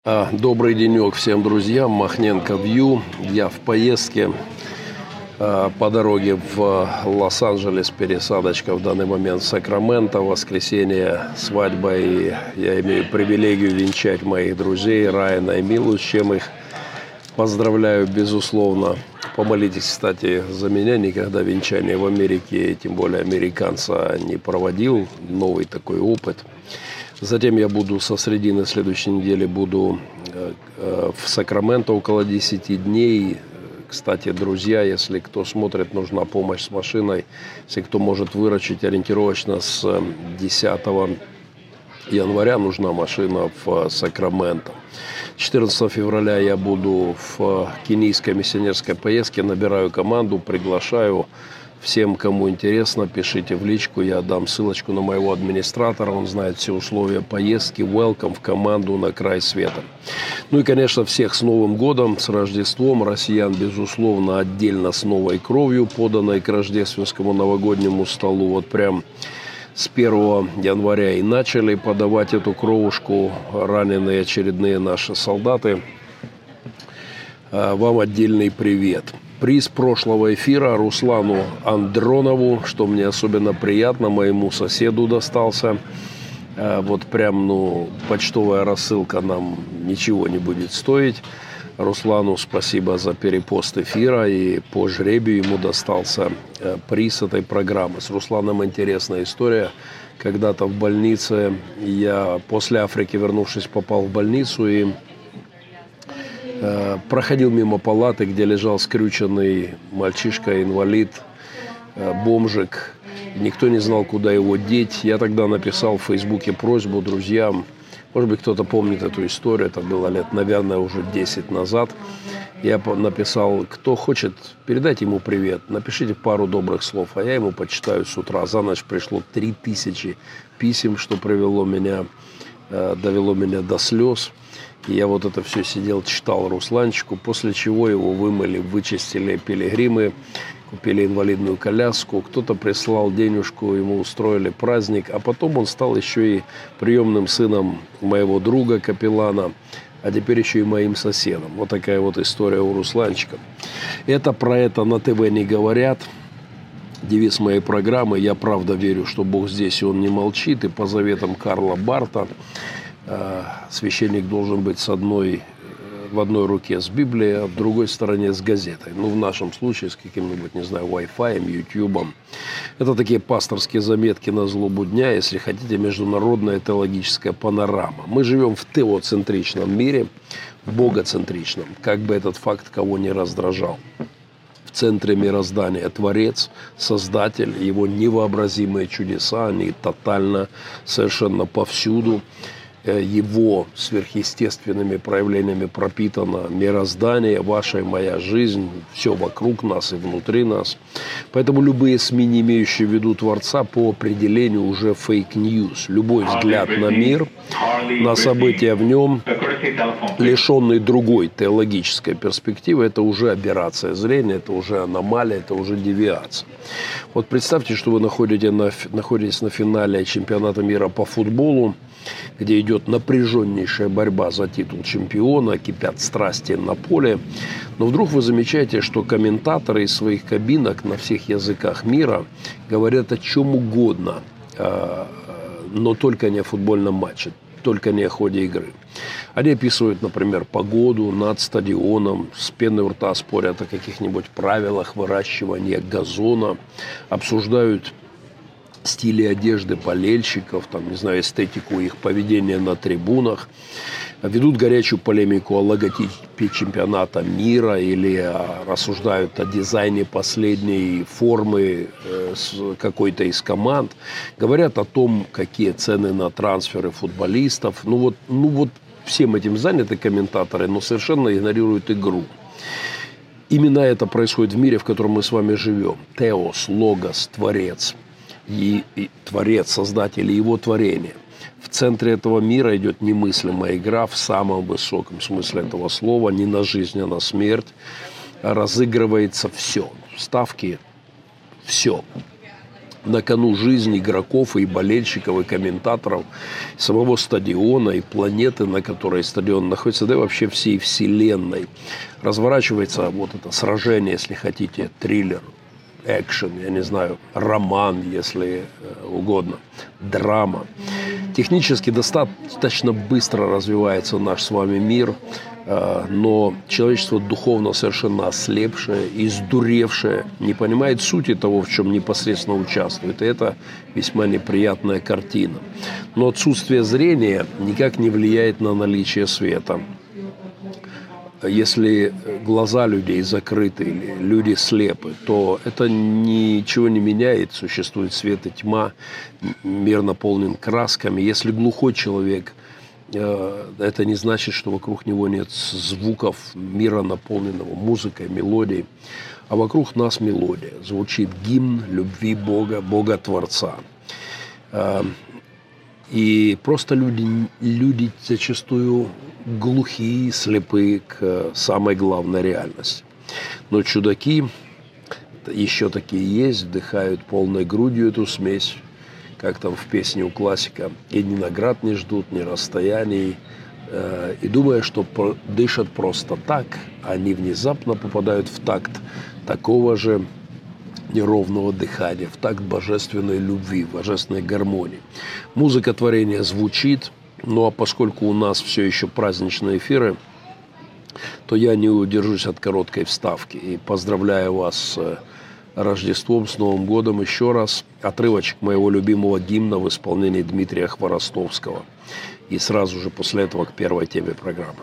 Добрый денек всем друзьям. Махненко Вью. Я в поездке по дороге в Лос-Анджелес. Пересадочка в данный момент в Сакраменто. Воскресенье, свадьба. И я имею привилегию венчать моих друзей Райана и Милу, с чем их поздравляю, безусловно. Помолитесь, кстати, за меня. Никогда венчание в Америке, тем более американца, не проводил. Новый такой опыт. Затем я буду со средины следующей недели в Сакраменто около 10 дней. Кстати, друзья, если кто смотрит, нужна помощь с машиной. Если кто может выручить ориентировочно с 10 января нужна машина в Сакраменто. 14 февраля я буду в кенийской миссионерской поездке. Набираю команду, приглашаю. Всем, кому интересно, пишите в личку, я дам ссылочку на моего администратора, он знает все условия поездки. Welcome в команду на край света. Ну и, конечно, всех с Новым годом, с Рождеством. Россиян, безусловно, отдельно с новой кровью, поданной к рождественскому новогоднему столу. Вот прям с 1 января и начали подавать эту кровушку раненые очередные наши солдаты. Вам отдельный привет. Приз прошлого эфира Руслану Андронову, что мне особенно приятно, моему соседу достался. Вот прям, почтовая рассылка нам ничего не будет стоить. Руслану спасибо за перепост эфира, и по жребию ему достался приз этой программы. С Русланом интересная история. Когда-то в больнице, я после Африки, вернувшись, попал в больницу и проходил мимо палаты, где лежал скрюченный мальчишка, инвалид, бомжик. Никто не знал, куда его деть. Я тогда написал в Фейсбуке просьбу друзьям. Может быть, кто-то помнит эту историю. Это было лет, наверное, уже 10 назад. Я написал, кто хочет, передайте ему привет. Напишите пару добрых слов, а я ему почитаю с утра. За ночь пришло 3000 писем, что довело меня до слез. И я вот это все сидел, читал Русланчику, после чего его вымыли, вычистили пилигримы, купили инвалидную коляску, кто-то прислал денежку, ему устроили праздник, а потом он стал еще и приемным сыном моего друга капеллана, а теперь еще и моим соседом. Вот такая вот история у Русланчика. Про это на ТВ не говорят. Девиз моей программы: «Я правда верю, что Бог здесь, и Он не молчит». И по заветам Карла Барта священник должен быть в одной руке с Библией, а в другой стороне с газетой. В нашем случае с каким-нибудь, не знаю, Wi-Fi, Ютубом. Это такие пасторские заметки на злобу дня, если хотите, международная теологическая панорама. Мы живем в теоцентричном мире, в богоцентричном, как бы этот факт кого не раздражал. В центре мироздания Творец, Создатель, Его невообразимые чудеса, они тотально, совершенно повсюду. Его сверхъестественными проявлениями пропитано мироздание, ваша и моя жизнь, все вокруг нас и внутри нас. Поэтому любые СМИ, не имеющие в виду Творца, по определению уже фейк-ньюс. Любой взгляд на мир, на события в нем, лишенный другой теологической перспективы, это уже аберрация зрения, это уже аномалия, это уже девиация. Вот представьте, что вы находитесь на финале чемпионата мира по футболу, где идет напряженнейшая борьба за титул чемпиона, кипят страсти на поле. Но вдруг вы замечаете, что комментаторы из своих кабинок на всех языках мира говорят о чем угодно, но только не о футбольном матче, только не о ходе игры. Они описывают, например, погоду над стадионом, с пеной у рта спорят о каких-нибудь правилах выращивания газона, обсуждают стили одежды болельщиков, эстетику их поведения на трибунах, ведут горячую полемику о логотипе чемпионата мира или рассуждают о дизайне последней формы какой-то из команд, говорят о том, какие цены на трансферы футболистов. Всем этим заняты комментаторы, но совершенно игнорируют игру. Именно это происходит в мире, в котором мы с вами живем. Теос, Логос, Творец. И Творец, Создатель и Его творение. В центре этого мира идет немыслимая игра в самом высоком смысле этого слова, не на жизнь, а на смерть. Разыгрывается все. Ставки – все. На кону жизнь игроков и болельщиков, и комментаторов, самого стадиона, и планеты, на которой стадион находится, да и вообще всей вселенной. Разворачивается вот это сражение, если хотите, триллер, экшен, я не знаю, роман, если угодно, драма. Технически достаточно быстро развивается наш с вами мир, но человечество духовно совершенно ослепшее, издуревшее, не понимает сути того, в чем непосредственно участвует. И это весьма неприятная картина. Но отсутствие зрения никак не влияет на наличие света. Если глаза людей закрыты или люди слепы, то это ничего не меняет. Существует свет и тьма, мир наполнен красками. Если глухой человек, это не значит, что вокруг него нет звуков мира, наполненного музыкой, мелодией. А вокруг нас мелодия. Звучит гимн любви Бога, Бога-творца. И просто люди зачастую глухие, слепые к самой главной реальности. Но чудаки еще такие есть, вдыхают полной грудью эту смесь, как там в песне у классика, и ни наград не ждут, ни расстояний, и думая, что дышат просто так, они внезапно попадают в такт такого же неровного дыхания, в такт божественной любви, божественной гармонии. Музыка творения звучит, ну а поскольку у нас все еще праздничные эфиры, то я не удержусь от короткой вставки. И поздравляю вас с Рождеством, с Новым годом еще раз. Отрывочек моего любимого гимна в исполнении Дмитрия Хворостовского. И сразу же после этого к первой теме программы.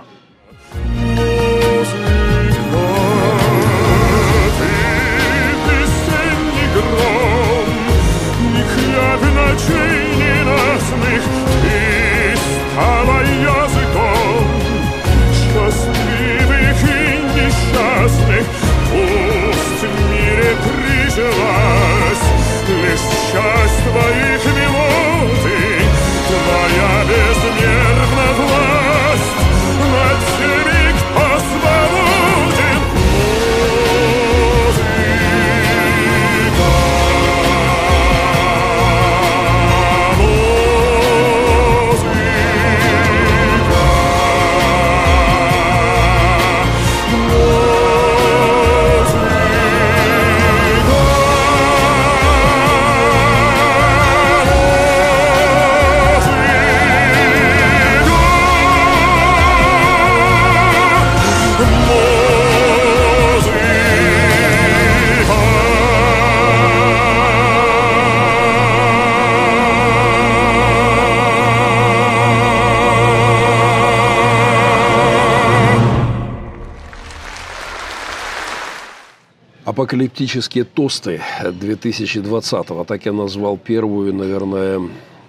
Ночей ненастных ты стала языком счастливых и несчастных. Пусть в мире прижилась лишь часть твоих мелодий, твоя безмерна власть над всеми, кто свободен. Апокалиптические тосты 2020-го, так я назвал первую, наверное,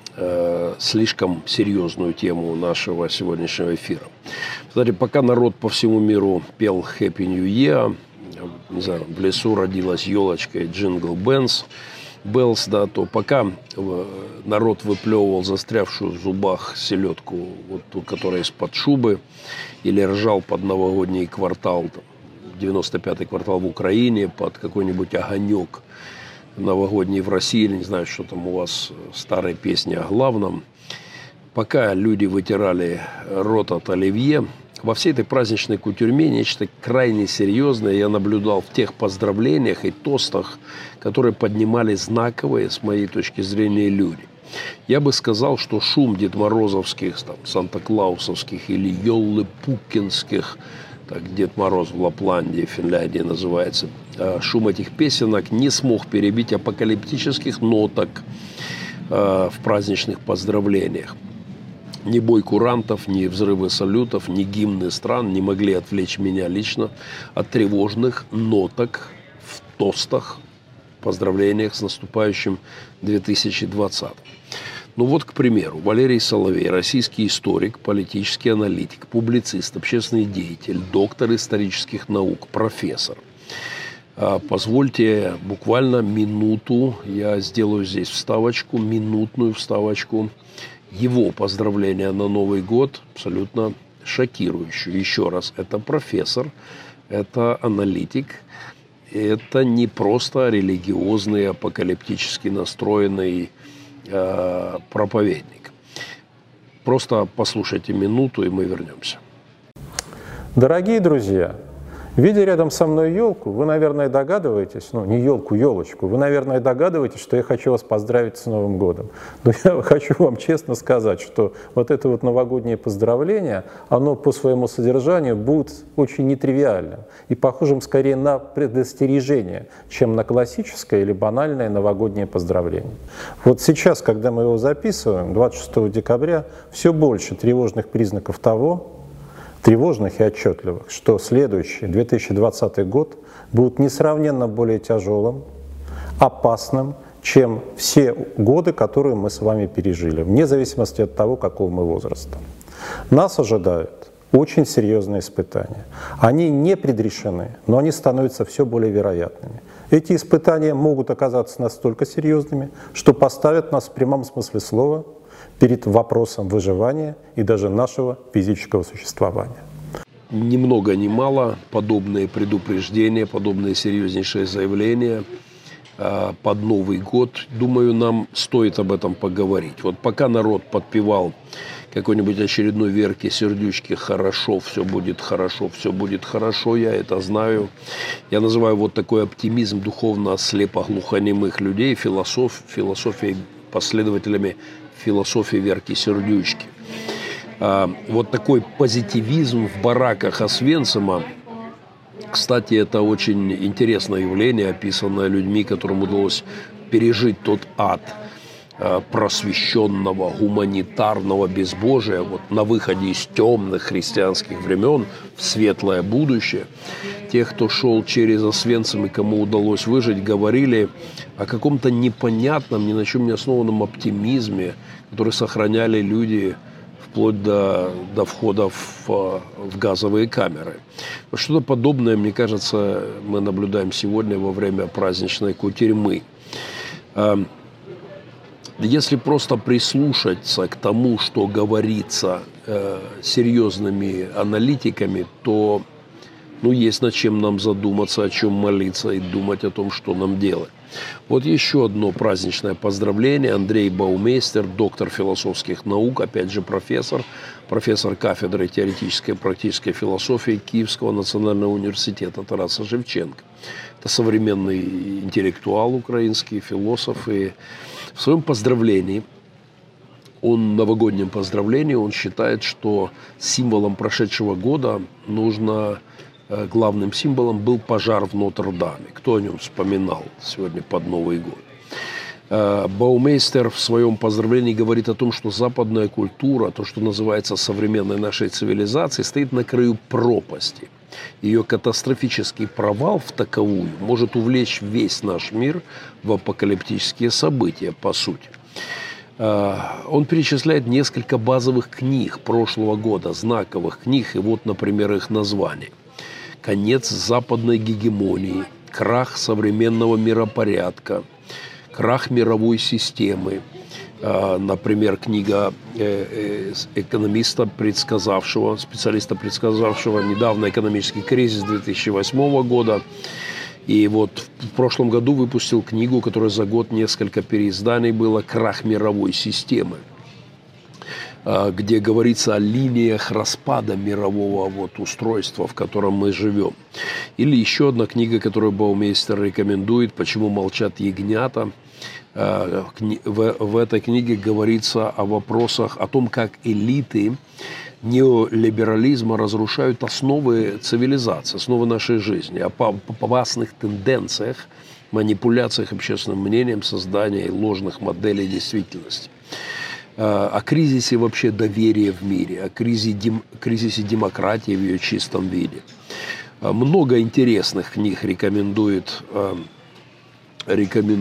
слишком серьезную тему нашего сегодняшнего эфира. Кстати, пока народ по всему миру пел Happy New Year, не знаю, в лесу родилась елочка и Jingle Bells, да, то пока народ выплевывал застрявшую в зубах селедку, вот ту, которая из-под шубы, или ржал под новогодний квартал, там, 95-й квартал в Украине, под какой-нибудь огонек новогодний в России, или не знаю, что там у вас, старые песни о главном. Пока люди вытирали рот от оливье, во всей этой праздничной кутюрьме нечто крайне серьезное я наблюдал в тех поздравлениях и тостах, которые поднимали знаковые, с моей точки зрения, люди. Я бы сказал, что шум дедморозовских, там, санта-клаусовских или йоллы-пукинских, так Дед Мороз в Лапландии, Финляндии называется, шум этих песенок не смог перебить апокалиптических ноток в праздничных поздравлениях. Ни бой курантов, ни взрывы салютов, ни гимны стран не могли отвлечь меня лично от тревожных ноток в тостах, поздравлениях с наступающим 2020. Ну вот, к примеру, Валерий Соловей, российский историк, политический аналитик, публицист, общественный деятель, доктор исторических наук, профессор. Позвольте буквально минуту, я сделаю здесь вставочку, минутную вставочку. Его поздравления на Новый год абсолютно шокирующую. Еще раз, это профессор, это аналитик, это не просто религиозный, апокалиптически настроенный проповедник. Просто послушайте минуту, и мы вернемся. Дорогие друзья, видя рядом со мной елку, вы, наверное, догадываетесь, не елку, елочку, вы, наверное, догадываетесь, что я хочу вас поздравить с Новым годом. Но я хочу вам честно сказать, что вот это вот новогоднее поздравление, оно по своему содержанию будет очень нетривиальным и похожим скорее на предостережение, чем на классическое или банальное новогоднее поздравление. Вот сейчас, когда мы его записываем, 26 декабря, все больше тревожных признаков того, тревожных и отчетливых, что следующий, 2020 год, будет несравненно более тяжелым, опасным, чем все годы, которые мы с вами пережили, вне зависимости от того, какого мы возраста. Нас ожидают очень серьезные испытания. Они не предрешены, но они становятся все более вероятными. Эти испытания могут оказаться настолько серьезными, что поставят нас в прямом смысле слова перед вопросом выживания и даже нашего физического существования. Ни много ни мало подобные предупреждения, подобные серьезнейшие заявления под Новый год. Думаю, нам стоит об этом поговорить. Вот пока народ подпевал какой-нибудь очередной Верке Сердючке «Хорошо, все будет хорошо», я это знаю. Я называю вот такой оптимизм духовно слепо-глухонемых людей философией, последователями философии Верки Сердючки. Вот такой позитивизм в бараках Освенцима, кстати, это очень интересное явление, описанное людьми, которым удалось пережить тот ад просвещенного, гуманитарного безбожия вот на выходе из темных христианских времен в светлое будущее. Те, кто шел через Освенцим и кому удалось выжить, говорили о каком-то непонятном, ни на чем не основанном оптимизме, который сохраняли люди вплоть до входа в газовые камеры. Что-то подобное, мне кажется, мы наблюдаем сегодня во время праздничной кутерьмы. Если просто прислушаться к тому, что говорится серьезными аналитиками, то есть над чем нам задуматься, о чем молиться и думать о том, что нам делать. Вот еще одно праздничное поздравление. Андрей Баумейстер, доктор философских наук, опять же профессор кафедры теоретической и практической философии Киевского национального университета Тараса Шевченко. Это современный интеллектуал украинский, философ. И в своем поздравлении, новогоднем поздравлении, он считает, что символом прошедшего года главным символом был пожар в Нотр-Даме. Кто о нем вспоминал сегодня под Новый год? Баумейстер в своем поздравлении говорит о том, что западная культура, то, что называется современной нашей цивилизацией, стоит на краю пропасти. Ее катастрофический провал в таковую может увлечь весь наш мир в апокалиптические события, по сути. Он перечисляет несколько базовых книг прошлого года, знаковых книг, и вот, например, их название. «Конец западной гегемонии», «Крах современного миропорядка», «Крах мировой системы». Например, книга специалиста, предсказавшего недавно экономический кризис 2008 года. И вот в прошлом году выпустил книгу, которая за год несколько переизданий было, «Крах мировой системы», где говорится о линиях распада мирового устройства, в котором мы живем. Или еще одна книга, которую Баумейстер рекомендует, «Почему молчат ягнята». В этой книге говорится о вопросах, о том, как элиты неолиберализма разрушают основы цивилизации, основы нашей жизни, о опасных тенденциях, манипуляциях общественным мнением, создании ложных моделей действительности, о кризисе вообще доверия в мире, о кризисе демократии в ее чистом виде. Много интересных книг рекомендует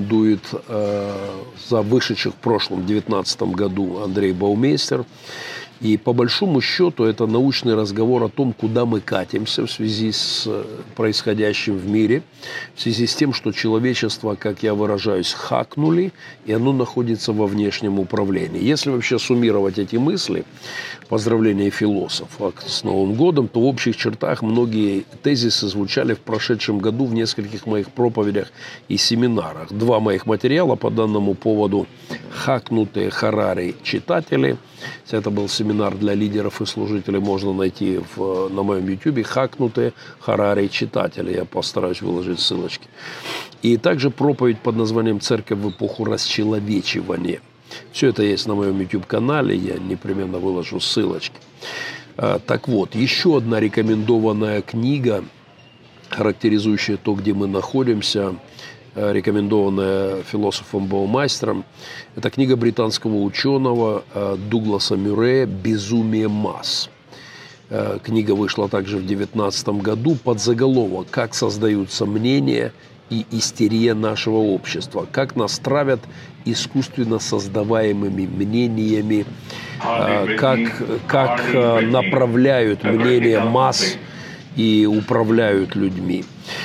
за вышедших в прошлом 2019 году Андрей Баумейстер. И по большому счету это научный разговор о том, куда мы катимся в связи с происходящим в мире, в связи с тем, что человечество, как я выражаюсь, хакнули, и оно находится во внешнем управлении. Если вообще суммировать эти мысли, поздравления философов с Новым годом, то в общих чертах многие тезисы звучали в прошедшем году в нескольких моих проповедях и семинарах. 2 моих материала по данному поводу «Хакнутые Харари читатели». Это был семинар для лидеров и служителей, можно найти на моем YouTube «Хакнутые Харари читатели». Я постараюсь выложить ссылочки. И также проповедь под названием «Церковь в эпоху расчеловечивания». Все это есть на моем YouTube-канале, я непременно выложу ссылочки. Так вот, еще одна рекомендованная книга, характеризующая то, где мы находимся, рекомендованная философом Баумайстером. Это книга британского ученого Дугласа Мюррея «Безумие масс». Книга вышла также в 2019 году под заголовок «Как создаются мнения и истерия нашего общества. Как нас травят искусственно создаваемыми мнениями, как направляют мнения масс и управляют людьми».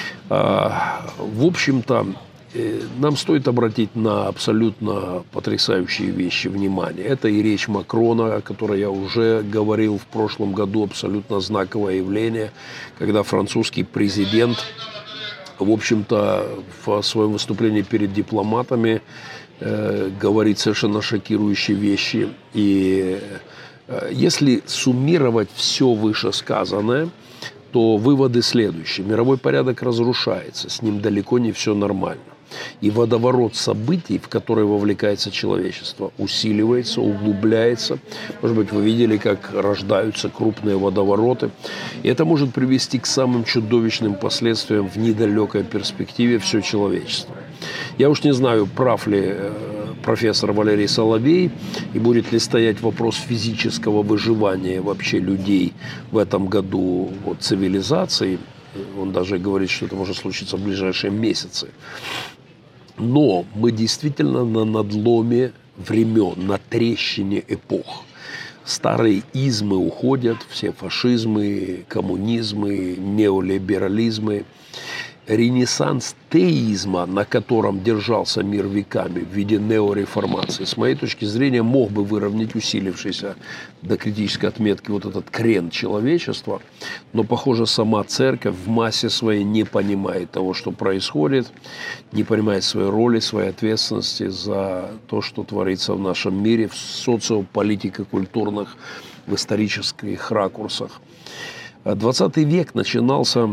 В общем-то, нам стоит обратить на абсолютно потрясающие вещи внимание. Это и речь Макрона, о которой я уже говорил в прошлом году, абсолютно знаковое явление, когда французский президент, в общем-то, в своем выступлении перед дипломатами говорит совершенно шокирующие вещи. И если суммировать все вышесказанное, то выводы следующие. Мировой порядок разрушается, с ним далеко не все нормально. И водоворот событий, в который вовлекается человечество, усиливается, углубляется. Может быть, вы видели, как рождаются крупные водовороты. И это может привести к самым чудовищным последствиям в недалекой перспективе все человечество. Я уж не знаю, прав ли профессор Валерий Соловей, и будет ли стоять вопрос физического выживания вообще людей в этом году от цивилизации. Он даже говорит, что это может случиться в ближайшие месяцы. Но мы действительно на надломе времен, на трещине эпох. Старые измы уходят, все фашизмы, коммунизмы, неолиберализмы. Ренессанс теизма, на котором держался мир веками в виде неореформации, с моей точки зрения, мог бы выровнять усилившийся до критической отметки вот этот крен человечества, но, похоже, сама церковь в массе своей не понимает того, что происходит, не понимает своей роли, своей ответственности за то, что творится в нашем мире, в социополитико-культурных, в исторических ракурсах. 20 век начинался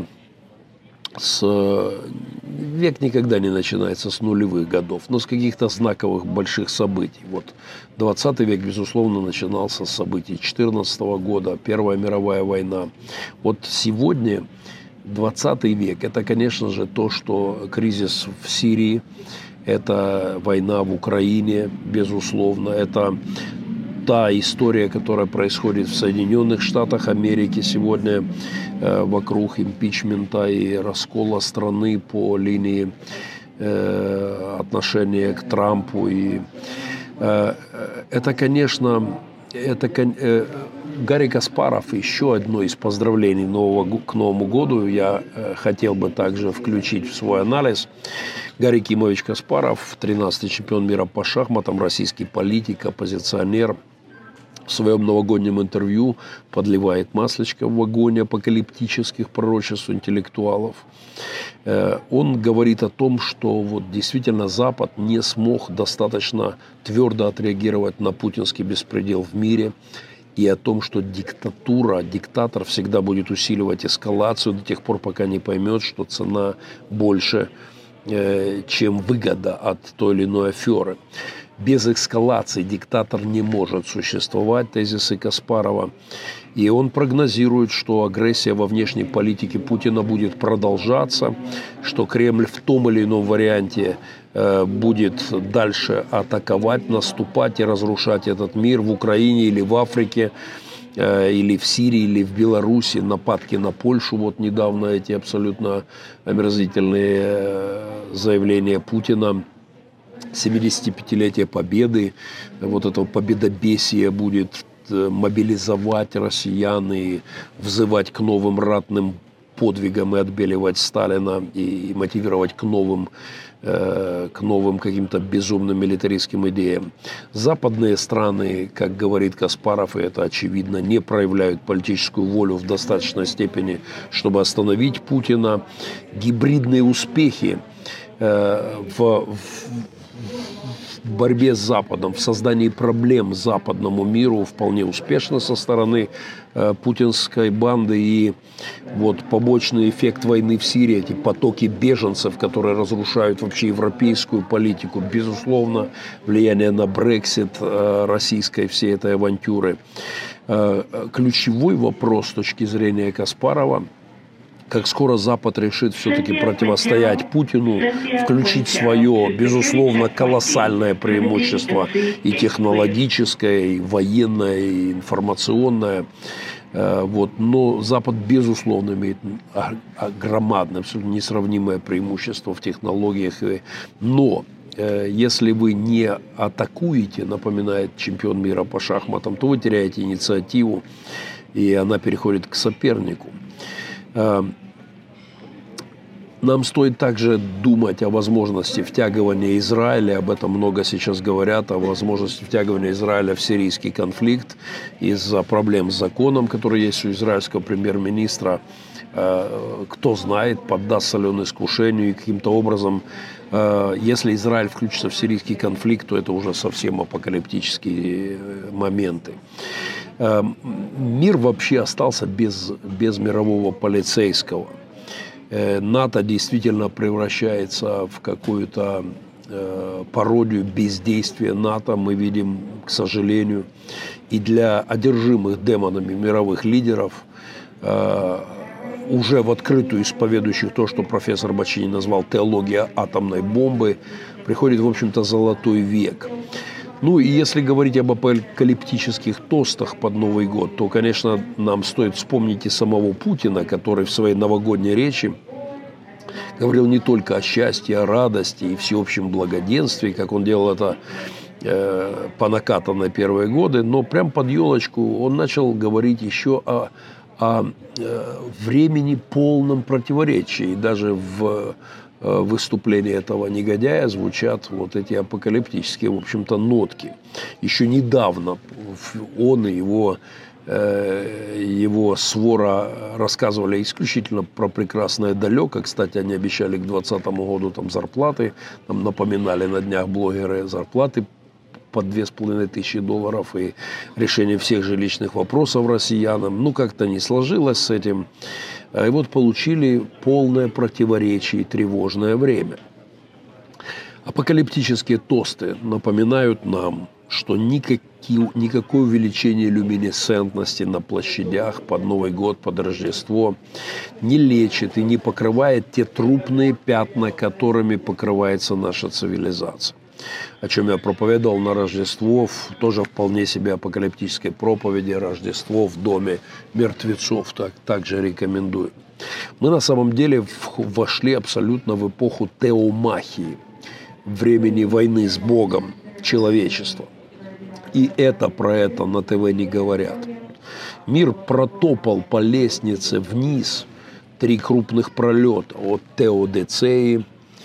век никогда не начинается с нулевых годов, но с каких-то знаковых больших событий. Вот 20 век, безусловно, начинался с событий 14 года, Первая мировая война. Вот сегодня 20 век – это, конечно же, то, что кризис в Сирии, это война в Украине, безусловно, это та история, которая происходит в Соединенных Штатах Америки сегодня вокруг импичмента и раскола страны по линии отношения к Трампу. И это, конечно, Гарри Каспаров, еще одно из поздравлений к Новому году я хотел бы также включить в свой анализ. Гарри Кимович Каспаров, 13-й чемпион мира по шахматам, российский политик, оппозиционер, в своем новогоднем интервью подливает маслечко в огонь апокалиптических пророчеств интеллектуалов. Он говорит о том, что вот действительно Запад не смог достаточно твердо отреагировать на путинский беспредел в мире, и о том, что диктатор всегда будет усиливать эскалацию до тех пор, пока не поймет, что цена больше, чем выгода от той или иной аферы. Без эскалации диктатор не может существовать, тезисы Каспарова. И он прогнозирует, что агрессия во внешней политике Путина будет продолжаться, что Кремль в том или ином варианте будет дальше атаковать, наступать и разрушать этот мир в Украине или в Африке, или в Сирии, или в Беларуси, нападки на Польшу. Вот недавно эти абсолютно омерзительные заявления Путина. 75-летие Победы, вот этого победобесия будет мобилизовать россиян и взывать к новым ратным подвигам и отбеливать Сталина и мотивировать к новым каким-то безумным милитаристским идеям. Западные страны, как говорит Каспаров, и это очевидно, не проявляют политическую волю в достаточной степени, чтобы остановить Путина. Гибридные успехи в борьбе с Западом, в создании проблем западному миру вполне успешно со стороны путинской банды. И вот побочный эффект войны в Сирии, эти потоки беженцев, которые разрушают вообще европейскую политику, безусловно, влияние на Брексит российской всей этой авантюры. Ключевой вопрос с точки зрения Каспарова: как скоро Запад решит все-таки противостоять Путину, включить свое, безусловно, колоссальное преимущество и технологическое, и военное, и информационное. Вот. Но Запад, безусловно, имеет громадное, абсолютно несравнимое преимущество в технологиях. Но если вы не атакуете, напоминает чемпион мира по шахматам, то вы теряете инициативу, и она переходит к сопернику. Нам стоит также думать о возможности втягивания Израиля, об этом много сейчас говорят, о возможности втягивания Израиля в сирийский конфликт из-за проблем с законом, который есть у израильского премьер-министра. Кто знает, поддастся ли он искушению, и каким-то образом, если Израиль включится в сирийский конфликт, то это уже совсем апокалиптические моменты. Мир вообще остался без мирового полицейского. НАТО действительно превращается в какую-то пародию бездействия НАТО, мы видим, к сожалению. И для одержимых демонами мировых лидеров, уже в открытую исповедующих то, что профессор Бочини назвал теология атомной бомбы, приходит, в общем-то, золотой век. Ну и если говорить об апокалиптических тостах под Новый год, то, конечно, нам стоит вспомнить и самого Путина, который в своей новогодней речи говорил не только о счастье, о радости и всеобщем благоденствии, как он делал это по накатанной первые годы, но прям под елочку он начал говорить еще о времени полном противоречий. И даже в выступлении этого негодяя звучат вот эти апокалиптические, в общем-то, нотки. Еще недавно он и его свора рассказывали исключительно про прекрасное далеко. Кстати, они обещали к 2020 году там зарплаты. Нам напоминали на днях блогеры зарплаты по $2500 и решение всех жилищных вопросов россиянам. Ну, как-то не сложилось с этим. И вот получили полное противоречие и тревожное время. Апокалиптические тосты напоминают нам, что никакое увеличение люминесцентности на площадях под Новый год, под Рождество не лечит и не покрывает те трупные пятна, которыми покрывается наша цивилизация. О чем я проповедовал на Рождество, тоже вполне себе апокалиптической проповеди «Рождество в доме мертвецов», также рекомендую. Мы на самом деле вошли абсолютно в эпоху теомахии, времени войны с Богом человечества. И про это на ТВ не говорят. Мир протопал по лестнице вниз 3 крупных пролета от теодицеи,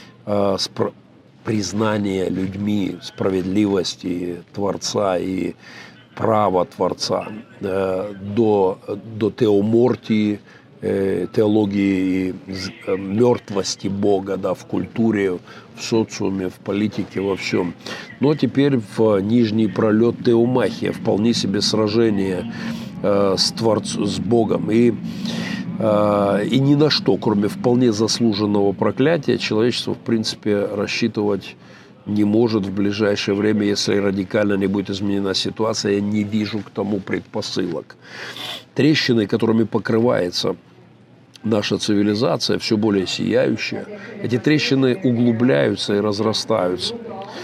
признания людьми справедливости Творца и права Творца, до теомортии, теологии мертвости Бога, да, в культуре, в социуме, в политике, во всем. Но теперь в нижний пролет теомахия, вполне себе сражение с Богом. И ни на что, кроме вполне заслуженного проклятия, человечество, в принципе, рассчитывать не может в ближайшее время, если радикально не будет изменена ситуация. Я не вижу к тому предпосылок. Трещины, которыми покрывается наша цивилизация, все более сияющая, эти трещины углубляются и разрастаются.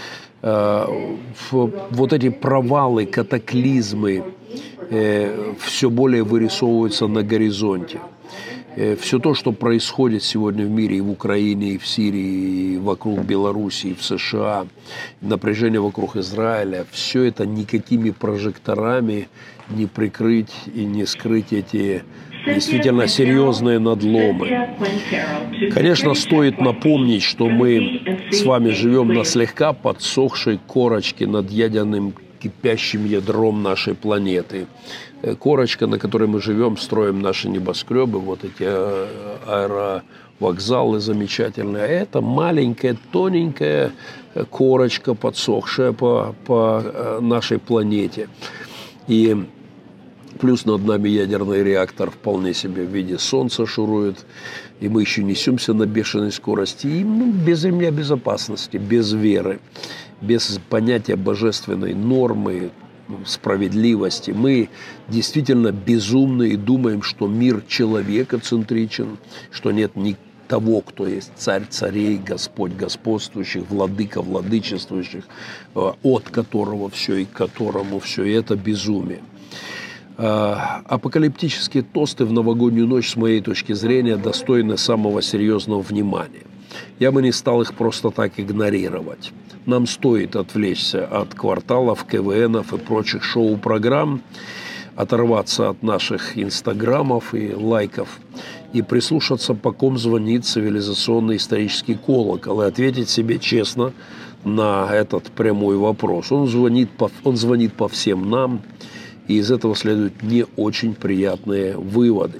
Вот эти провалы, катаклизмы все более вырисовываются на горизонте. Все то, что происходит сегодня в мире, и в Украине, и в Сирии, и вокруг Беларуси, и в США, напряжение вокруг Израиля, все это никакими прожекторами не прикрыть и не скрыть эти действительно серьезные надломы. Конечно, стоит напомнить, что мы с вами живем на слегка подсохшей корочке над ядерным кипящим ядром нашей планеты. Корочка, на которой мы живем, строим наши небоскребы, вот эти аэровокзалы замечательные. А это маленькая, тоненькая корочка, подсохшая по нашей планете. И плюс над нами ядерный реактор вполне себе в виде Солнца шурует. И мы еще несемся на бешеной скорости. И без ремня безопасности, без веры, без понятия божественной нормы, справедливости. Мы действительно безумны и думаем, что мир человекоцентричен, что нет ни того, кто есть царь царей, Господь господствующих, владыка владычествующих, от которого все и к которому все. И это безумие. Апокалиптические тосты в новогоднюю ночь, с моей точки зрения, достойны самого серьезного внимания. Я бы не стал их просто так игнорировать. Нам стоит отвлечься от кварталов, КВНов и прочих шоу-программ, оторваться от наших инстаграмов и лайков и прислушаться, по ком звонит цивилизационный исторический колокол, и ответить себе честно на этот прямой вопрос. Он звонит по всем нам, и из этого следуют не очень приятные выводы.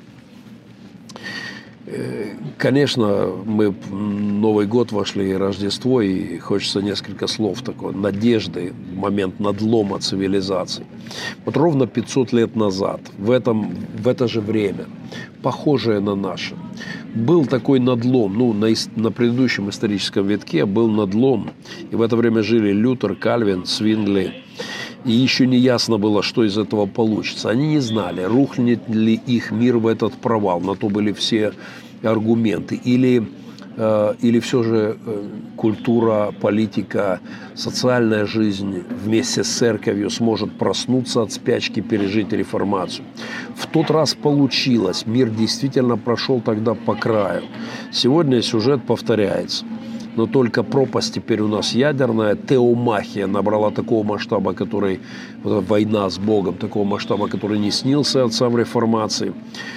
Конечно, мы в Новый год вошли, Рождество, и хочется несколько слов такой надежды, момент надлома цивилизации. Вот ровно 500 лет назад, в это же время, похожее на наше, был такой надлом, на предыдущем историческом витке был надлом, и в это время жили Лютер, Кальвин, Свингли, и еще не ясно было, что из этого получится. Они не знали, рухнет ли их мир в этот провал, на то были все аргументы, или все же культура, политика, социальная жизнь вместе с церковью сможет проснуться от спячки, пережить реформацию. В тот раз получилось, мир действительно прошел тогда по краю. Сегодня сюжет повторяется. Но только пропасть теперь у нас ядерная, теомахия набрала такого масштаба, война с Богом, такого масштаба, который не снился отцам реформации.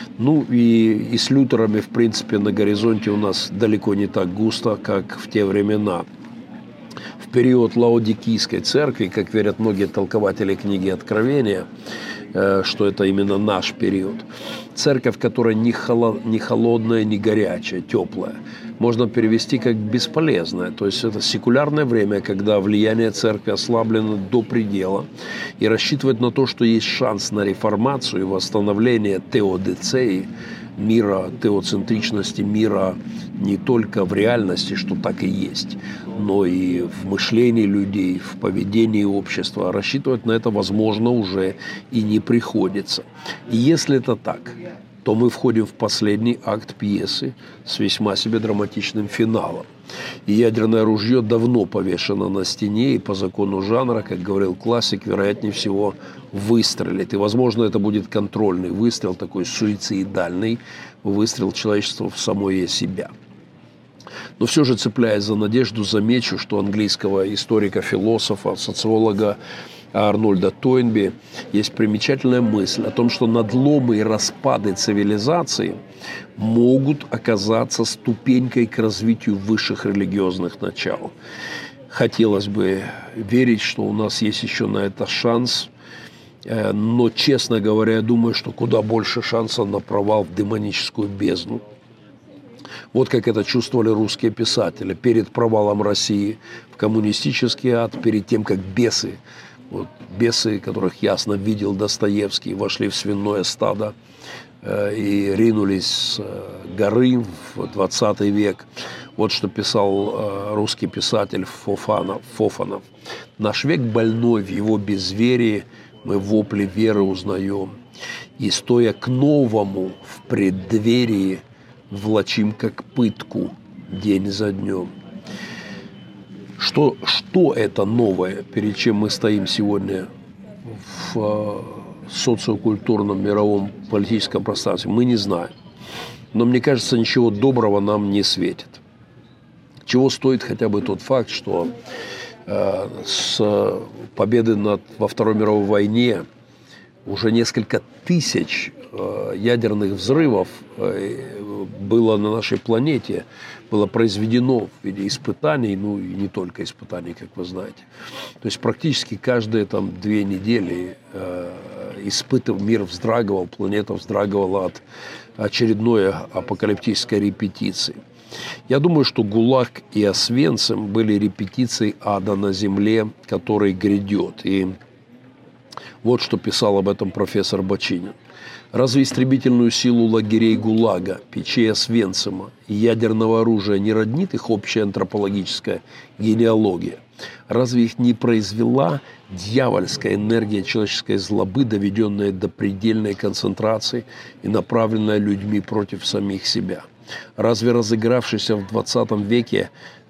И с Лютерами, в принципе, на горизонте у нас далеко не так густо, как в те времена. В период Лаодикийской церкви, как верят многие толкователи книги Откровения, что это именно наш период. Церковь, которая не холодная, не горячая, теплая. Можно перевести как бесполезное. То есть это секулярное время, когда влияние церкви ослаблено до предела. И рассчитывать на то, что есть шанс на реформацию и восстановление теодицеи, мира, теоцентричности мира не только в реальности, что так и есть, но и в мышлении людей, в поведении общества. Рассчитывать на это, возможно, уже и не приходится. И если это так, то мы входим в последний акт пьесы с весьма себе драматичным финалом. И ядерное ружье давно повешено на стене, и по закону жанра, как говорил классик, вероятнее всего выстрелит. И, возможно, это будет контрольный выстрел, такой суицидальный выстрел человечества в самое себя. Но все же, цепляясь за надежду, замечу, что английского историка, философа, социолога Арнольда Тойнби есть примечательная мысль о том, что надломы и распады цивилизации могут оказаться ступенькой к развитию высших религиозных начал. Хотелось бы верить, что у нас есть еще на это шанс, но, честно говоря, я думаю, что куда больше шансов на провал в демоническую бездну. Вот как это чувствовали русские писатели перед провалом России в коммунистический ад, перед тем, как бесы, которых ясно видел Достоевский, вошли в свиное стадо и ринулись с горы в 20 век. Вот что писал русский писатель Фофанов. «Наш век больной, в его безверии мы вопли веры узнаем, и, стоя к новому в преддверии, влачим как пытку день за днем». Что это новое, перед чем мы стоим сегодня в социокультурном мировом политическом пространстве, мы не знаем. но мне кажется, ничего доброго нам не светит. Чего стоит хотя бы тот факт, что с победы во Второй мировой войне уже несколько тысяч ядерных взрывов было на нашей планете, было произведено в виде испытаний, ну и не только испытаний, как вы знаете. То есть практически каждые 2 недели мир вздрагивал, планета вздрагивала от очередной апокалиптической репетиции. Я думаю, что ГУЛАГ и Освенцим были репетицией ада на земле, который грядет. И вот что писал об этом профессор Бочинин. Разве истребительную силу лагерей ГУЛАГа, печей Освенцима и ядерного оружия не роднит их общая антропологическая генеалогия? Разве их не произвела дьявольская энергия человеческой злобы, доведенная до предельной концентрации и направленная людьми против самих себя? Разве разыгравшаяся в 20 веке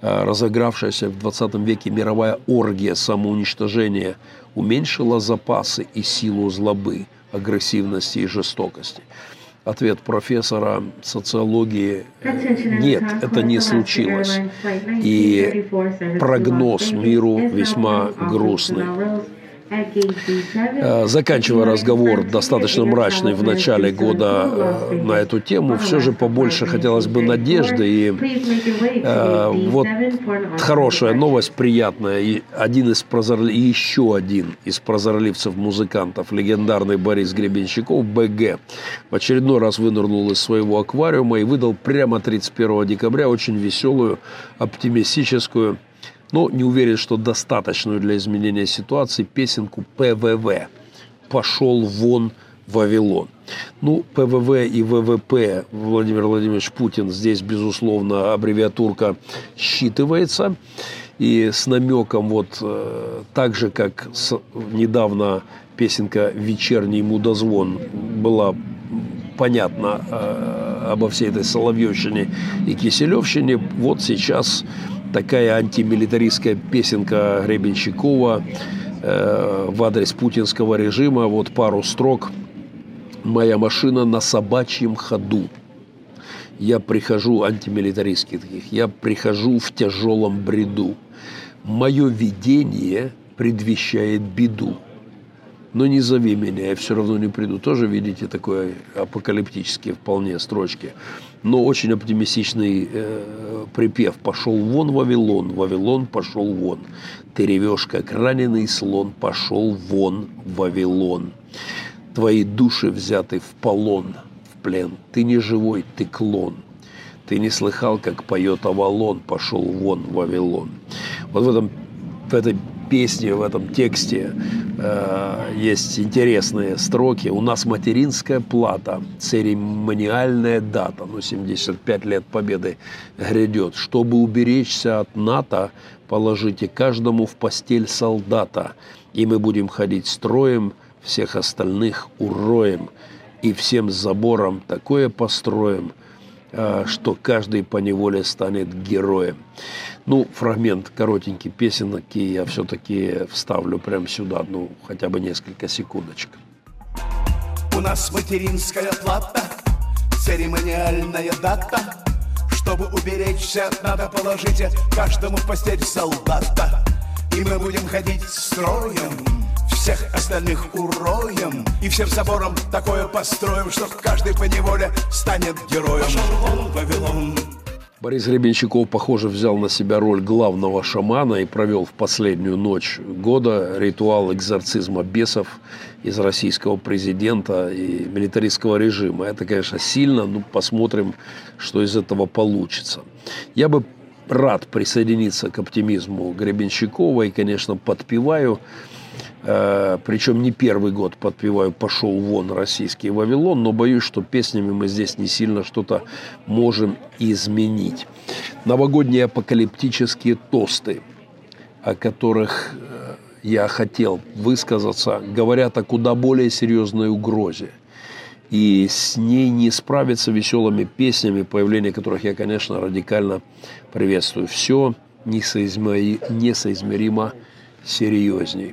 мировая оргия самоуничтожения уменьшила запасы и силу злобы, агрессивности и жестокости? Ответ профессора социологии – нет, это не случилось. И прогноз миру весьма грустный. Заканчивая разговор, достаточно мрачный в начале года на эту тему, все же побольше хотелось бы надежды. И вот хорошая новость, приятная. И еще один из прозорливцев-музыкантов, легендарный Борис Гребенщиков, БГ, в очередной раз вынырнул из своего аквариума и выдал прямо 31 декабря очень веселую, оптимистическую, но не уверен, что достаточную для изменения ситуации, песенку ПВВ «Пошел вон Вавилон». Ну, ПВВ и ВВП Владимир Владимирович Путин здесь, безусловно, аббревиатурка считывается. И с намеком так же, как недавно песенка «Вечерний мудозвон» была понятна обо всей этой соловьевщине и киселевщине, вот сейчас такая антимилитаристская песенка Гребенщикова в адрес путинского режима. Вот пару строк. «Моя машина на собачьем ходу. Я прихожу», антимилитаристских таких, «я прихожу в тяжелом бреду. Мое видение предвещает беду. Но не зови меня, я все равно не приду». Тоже, видите, такой апокалиптический вполне строчки. Но очень оптимистичный припев. «Пошел вон Вавилон, Вавилон пошел вон. Ты ревешь, как раненый слон, пошел вон Вавилон. Твои души взяты в полон, в плен. Ты не живой, ты клон. Ты не слыхал, как поет Авалон, пошел вон Вавилон». Вот в этой песне, в этом тексте есть интересные строки. «У нас материнская плата, церемониальная дата, 75 лет победы грядет. Чтобы уберечься от НАТО, положите каждому в постель солдата, и мы будем ходить строем, всех остальных уроем, и всем забором такое построим, что каждый поневоле станет героем». Ну, фрагмент коротенький песенки я все-таки вставлю прямо сюда, хотя бы несколько секундочек. У нас материнская плата, церемониальная дата. Чтобы уберечься, надо положите каждому в постель солдата. И мы будем ходить строем, всех остальных уроем, и всем забором такое построим, что каждый поневоле станет героем. Пошел вон Вавилон. Борис Гребенщиков, похоже, взял на себя роль главного шамана и провел в последнюю ночь года ритуал экзорцизма бесов из российского президента и милитаристского режима. Это, конечно, сильно, но посмотрим, что из этого получится. Я бы рад присоединиться к оптимизму Гребенщикова и, конечно, подпеваю, причем не первый год подпеваю «Пошел вон российский Вавилон», но боюсь, что песнями мы здесь не сильно что-то можем изменить. Новогодние апокалиптические тосты, о которых я хотел высказаться, говорят о куда более серьезной угрозе. И с ней не справиться веселыми песнями, появление которых я, конечно, радикально приветствую. Все несоизмеримо серьезней.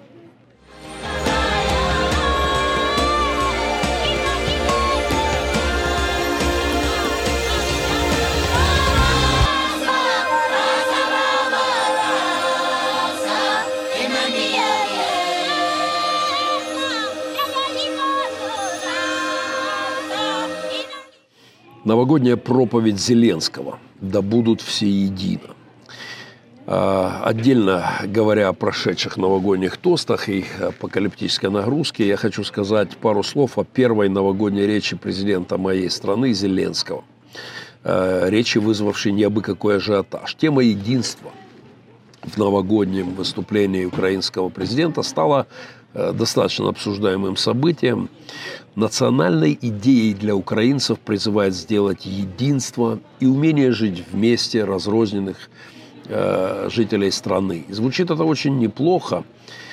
Новогодняя проповедь Зеленского «Да будут все едино». Отдельно говоря о прошедших новогодних тостах и апокалиптической нагрузке, я хочу сказать пару слов о первой новогодней речи президента моей страны Зеленского. Речи, вызвавшей неабы какой ажиотаж. Тема единства в новогоднем выступлении украинского президента стала достаточно обсуждаемым событием. Национальной идеей для украинцев призывает сделать единство и умение жить вместе разрозненных жителей страны. И звучит это очень неплохо.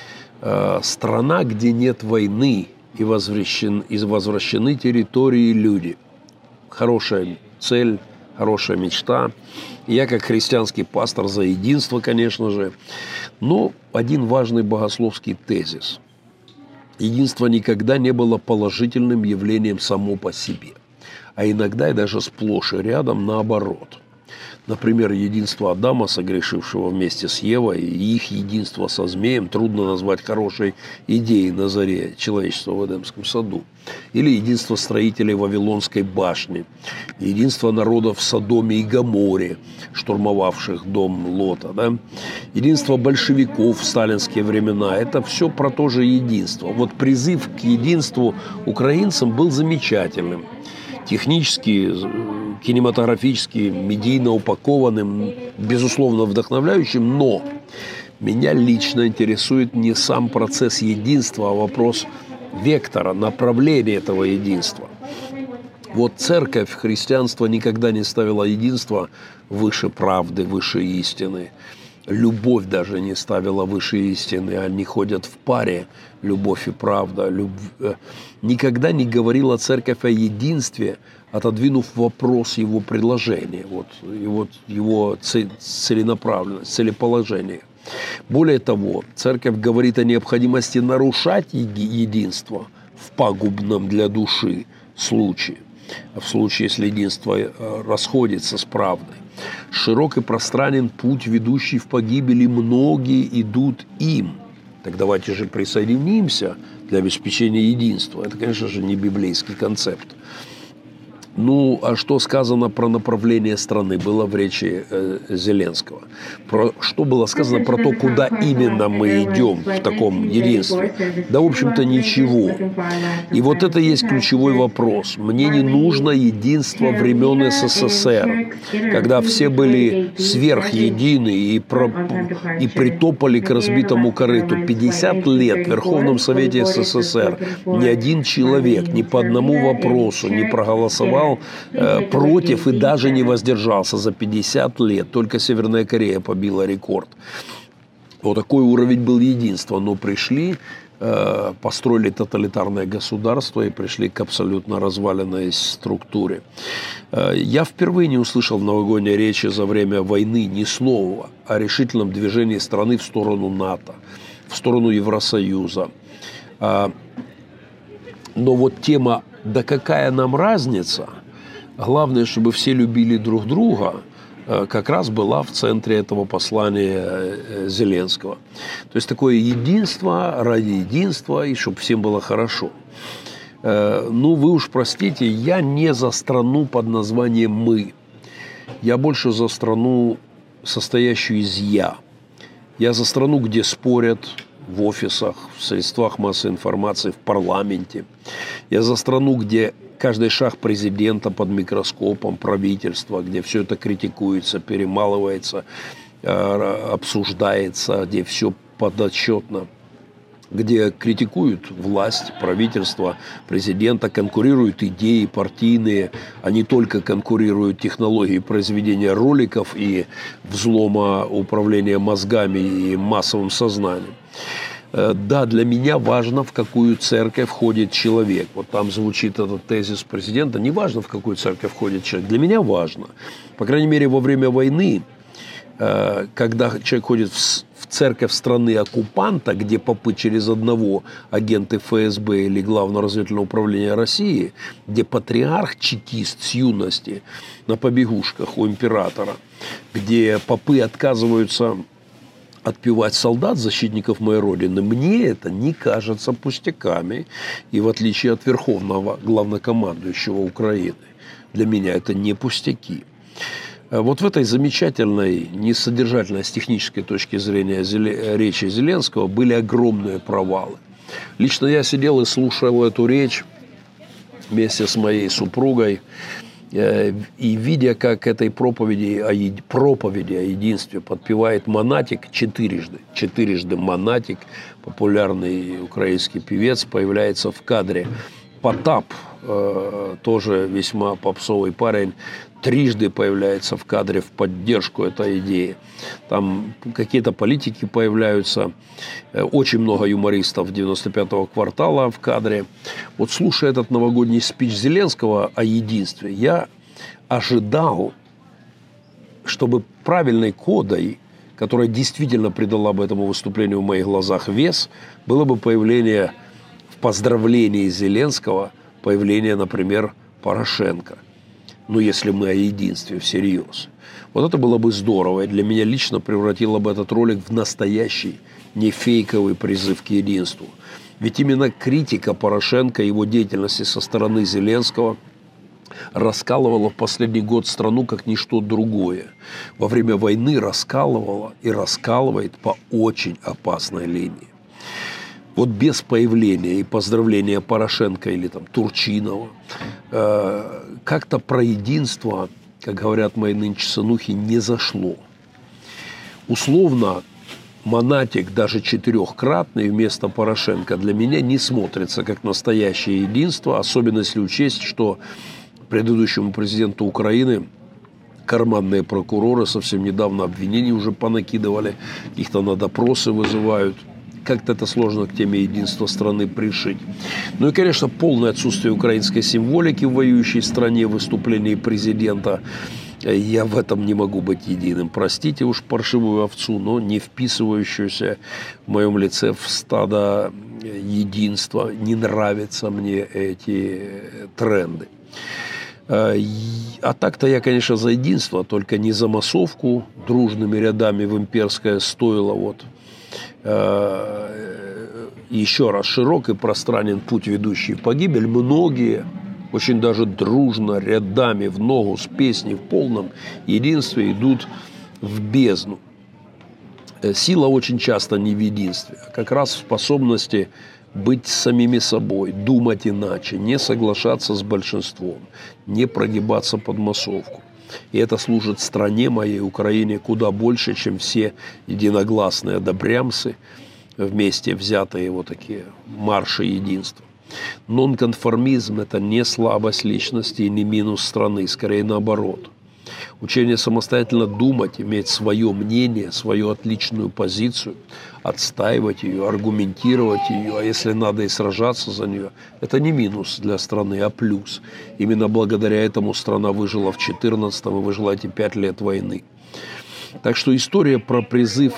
Страна, где нет войны и возвращены территории и люди. Хорошая цель, хорошая мечта. Я, как христианский пастор, за единство, конечно же. Но один важный богословский тезис. Единство никогда не было положительным явлением само по себе. А иногда и даже сплошь и рядом наоборот. Например, единство Адама, согрешившего вместе с Евой, и их единство со змеем трудно назвать хорошей идеей на заре человечества в Эдемском саду. Или единство строителей Вавилонской башни, единство народов в Содоме и Гоморе, штурмовавших дом Лота. Да? Единство большевиков в сталинские времена – это все про то же единство. Вот призыв к единству украинцам был замечательным. Технически, кинематографически, медийно упакованным, безусловно, вдохновляющим, но меня лично интересует не сам процесс единства, а вопрос вектора, направления этого единства. Вот церковь, христианство никогда не ставило единство выше правды, выше истины. Любовь даже не ставила выше истины, они ходят в паре, любовь и правда. Никогда не говорила церковь о единстве, отодвинув вопрос его предложения, его целенаправленность, целеположение. Более того, церковь говорит о необходимости нарушать единство в пагубном для души случае, в случае, если единство расходится с правдой. Широк и пространен путь, ведущий в погибель, и многие идут им. Так давайте же присоединимся для обеспечения единства. Это, конечно же, не библейский концепт. Ну, а что сказано про направление страны, было в речи Зеленского? Что было сказано про то, куда именно мы идем в таком единстве? Да, в общем-то, ничего. И вот это есть ключевой вопрос. Мне не нужно единство времен СССР, когда все были сверхедины и притопали к разбитому корыту. 50 лет в Верховном Совете СССР ни один человек ни по одному вопросу не проголосовал против и даже не воздержался за 50 лет. Только Северная Корея побила рекорд. Вот такой уровень был единства. Но пришли, построили тоталитарное государство и пришли к абсолютно разваленной структуре. Я впервые не услышал в новогодней речи за время войны ни слова о решительном движении страны в сторону НАТО, в сторону Евросоюза. Но вот тема «да какая нам разница?», главное, чтобы все любили друг друга, как раз была в центре этого послания Зеленского. То есть такое единство ради единства, и чтобы всем было хорошо. Ну, вы уж простите, я не за страну под названием «мы». Я больше за страну, состоящую из «я». Я за страну, где спорят в офисах, в средствах массовой информации, в парламенте. Я за страну, где каждый шаг президента под микроскопом, правительства, где все это критикуется, перемалывается, обсуждается, где все подотчетно, где критикуют власть, правительство, президента, конкурируют идеи партийные, а не только конкурируют технологии произведения роликов и взлома управления мозгами и массовым сознанием. Да, для меня важно, в какую церковь входит человек. Вот там звучит этот тезис президента. Не важно, в какую церковь входит человек. Для меня важно. По крайней мере, во время войны, когда человек ходит в церковь страны оккупанта, где попы через одного агенты ФСБ или Главного разведывательного управления России, где патриарх чекист с юности на побегушках у императора, где попы отказываются отпевать солдат, защитников моей Родины, мне это не кажется пустяками. И в отличие от Верховного главнокомандующего Украины, для меня это не пустяки. Вот в этой замечательной, несодержательной с технической точки зрения речи Зеленского были огромные провалы. Лично я сидел и слушал эту речь вместе с моей супругой, и видя, как этой проповеди о единстве подпевает Монатик четырежды Монатик, популярный украинский певец, появляется в кадре. Потап, тоже весьма попсовый парень, трижды появляется в кадре в поддержку этой идеи. Там какие-то политики появляются, очень много юмористов 95-го квартала в кадре. Вот слушая этот новогодний спич Зеленского о единстве, я ожидал, чтобы правильной кодой, которая действительно придала бы этому выступлению в моих глазах вес, было бы появление в поздравлении Зеленского, появление, например, Порошенко. Ну, если мы о единстве всерьез. Вот это было бы здорово. И для меня лично превратило бы этот ролик в настоящий, не фейковый призыв к единству. Ведь именно критика Порошенко и его деятельности со стороны Зеленского раскалывала в последний год страну как ничто другое. Во время войны раскалывала и раскалывает по очень опасной линии. Вот без появления и поздравления Порошенко или там Турчинова как-то про единство, как говорят мои нынче сынухи, не зашло. Условно, Монатик, даже четырехкратный вместо Порошенко, для меня не смотрится как настоящее единство, особенно если учесть, что предыдущему президенту Украины карманные прокуроры совсем недавно обвинений уже понакидывали, их-то на допросы вызывают. Как-то это сложно к теме единства страны пришить. Ну и, конечно, полное отсутствие украинской символики в воюющей стране, в выступлении президента. Я в этом не могу быть единым. Простите уж паршивую овцу, но не вписывающуюся в моем лице в стадо единства. Не нравятся мне эти тренды. А так-то я, конечно, за единство, только не за массовку дружными рядами в имперское стойло. Вот. Еще раз, широк и пространен путь, ведущий в погибель. Многие очень даже дружно, рядами, в ногу, с песней, в полном единстве идут в бездну. Сила очень часто не в единстве, а как раз в способности быть самими собой, думать иначе, не соглашаться с большинством, не прогибаться под массовку. И это служит стране моей, Украине, куда больше, чем все единогласные добрямсы, вместе взятые вот такие марши единства. Нонконформизм – это не слабость личности и не минус страны, скорее наоборот. Учение самостоятельно думать, иметь свое мнение, свою отличную позицию, отстаивать ее, аргументировать ее, а если надо и сражаться за нее, это не минус для страны, а плюс. Именно благодаря этому страна выжила в 2014-м и выжила эти 5 лет войны. Так что история про призыв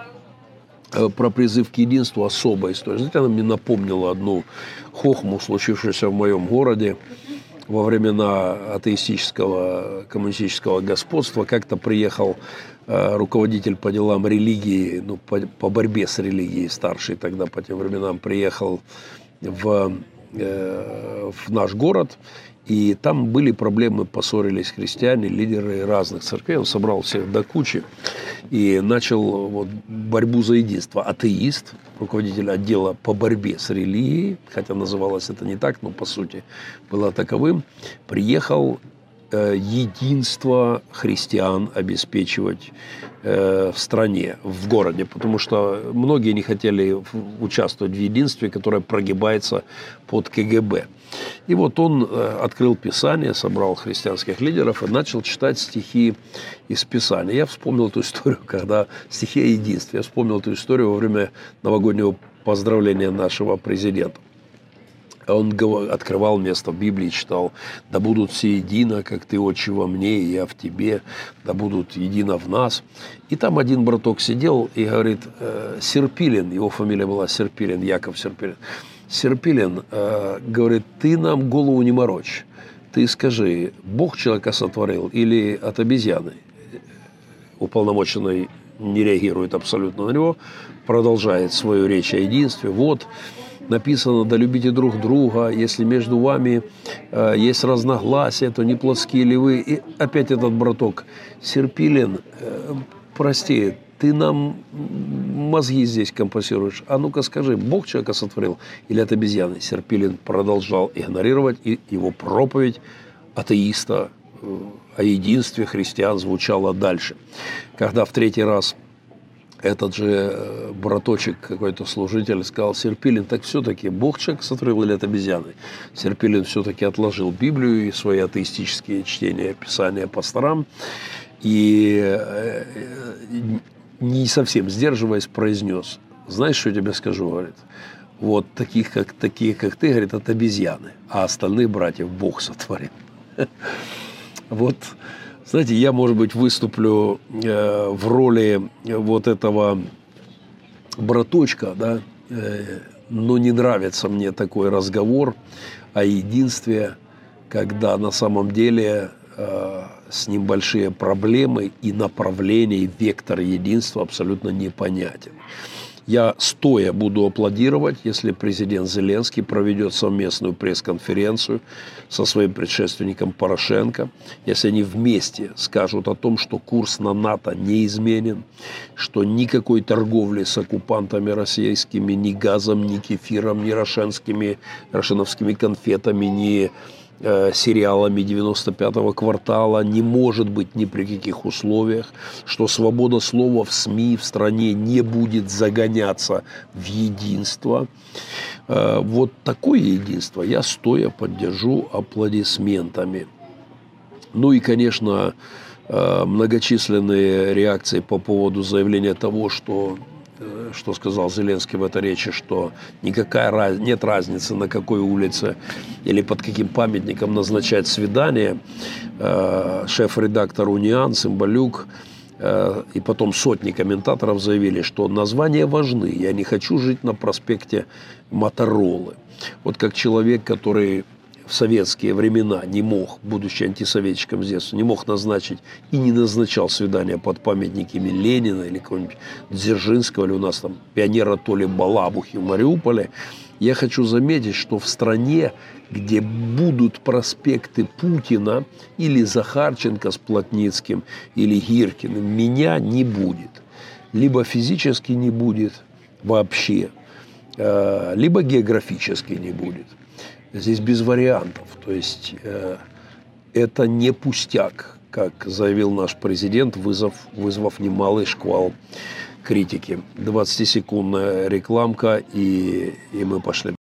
к единству особая история. Знаете, она мне напомнила одну хохму, случившуюся в моем городе. Во времена атеистического, коммунистического господства как-то приехал руководитель по делам религии, ну, по борьбе с религией, старший тогда по тем временам, приехал в наш город, и там были проблемы, поссорились христиане, лидеры разных церквей. Он собрал всех до кучи и начал вот борьбу за единство. Атеист, руководитель отдела по борьбе с религией, хотя называлось это не так, но по сути было таковым, приехал единство христиан обеспечивать в стране, в городе, потому что многие не хотели участвовать в единстве, которое прогибается под КГБ. И вот он открыл Писание, собрал христианских лидеров и начал читать стихи из Писания. Я вспомнил эту историю, когда стихи о единстве. Я вспомнил эту историю во время новогоднего поздравления нашего президента. Он открывал место в Библии, читал: «Да будут все едино, как ты, Отче, во мне, и я в тебе, да будут едино в нас». И там один браток сидел и говорит: Серпилин, его фамилия была Серпилин, Яков Серпилин. Серпилин говорит: ты нам голову не морочь, ты скажи, Бог человека сотворил или от обезьяны? Уполномоченный не реагирует абсолютно на него, продолжает свою речь о единстве. Вот написано: да любите друг друга, если между вами есть разногласия, то не плотские ли вы. И опять этот браток Серпилин, прости, ты нам мозги здесь компасируешь. А ну-ка скажи, Бог человека сотворил или от обезьяны? Серпилин продолжал игнорировать, и его проповедь атеиста о единстве христиан звучала дальше. Когда в третий раз этот же браточек, какой-то служитель, сказал: Серпилин, так все-таки Бог человека сотворил или от обезьяны? Серпилин все-таки отложил Библию и свои атеистические чтения Писания по сторонам и, не совсем сдерживаясь, произнес: знаешь, что я тебе скажу, говорит, вот такие, как ты, говорит, от обезьяны, а остальных братьев Бог сотворил. Вот, знаете, я, может быть, выступлю в роли вот этого браточка, да, но не нравится мне такой разговор о единстве, когда на самом деле с ним большие проблемы и направление, и вектор единства абсолютно непонятен. Я стоя буду аплодировать, если президент Зеленский проведет совместную пресс-конференцию со своим предшественником Порошенко, если они вместе скажут о том, что курс на НАТО не изменен, что никакой торговли с оккупантами российскими ни газом, ни кефиром, ни рошеновскими конфетами, ни сериалами 95-го квартала не может быть ни при каких условиях, что свобода слова в СМИ в стране не будет загоняться в единство. Вот такое единство я стоя поддержу аплодисментами. Ну и, конечно, многочисленные реакции по поводу заявления того, что сказал Зеленский в этой речи, что нет разницы, на какой улице или под каким памятником назначать свидание. Шеф-редактор «Униан» Цымбалюк и потом сотни комментаторов заявили, что названия важны. Я не хочу жить на проспекте Моторолы. Вот как человек, который в советские времена не мог, будучи антисоветчиком с детства, не мог назначить и не назначал свидания под памятниками Ленина или какого-нибудь Дзержинского, или у нас там пионера Толи Балабухи в Мариуполе, я хочу заметить, что в стране, где будут проспекты Путина или Захарченко с Плотницким или Гиркиным, меня не будет. Либо физически не будет вообще, либо географически не будет. Здесь без вариантов. То есть это не пустяк, как заявил наш президент, вызвав немалый шквал критики. 20-секундная рекламка, и мы пошли.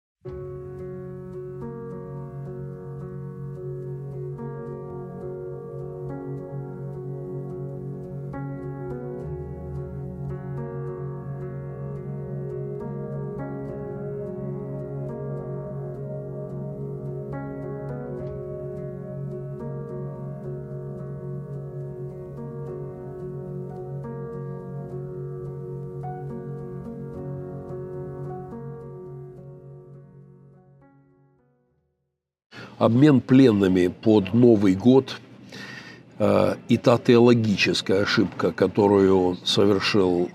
Обмен пленными под Новый год и та теологическая ошибка, которую совершил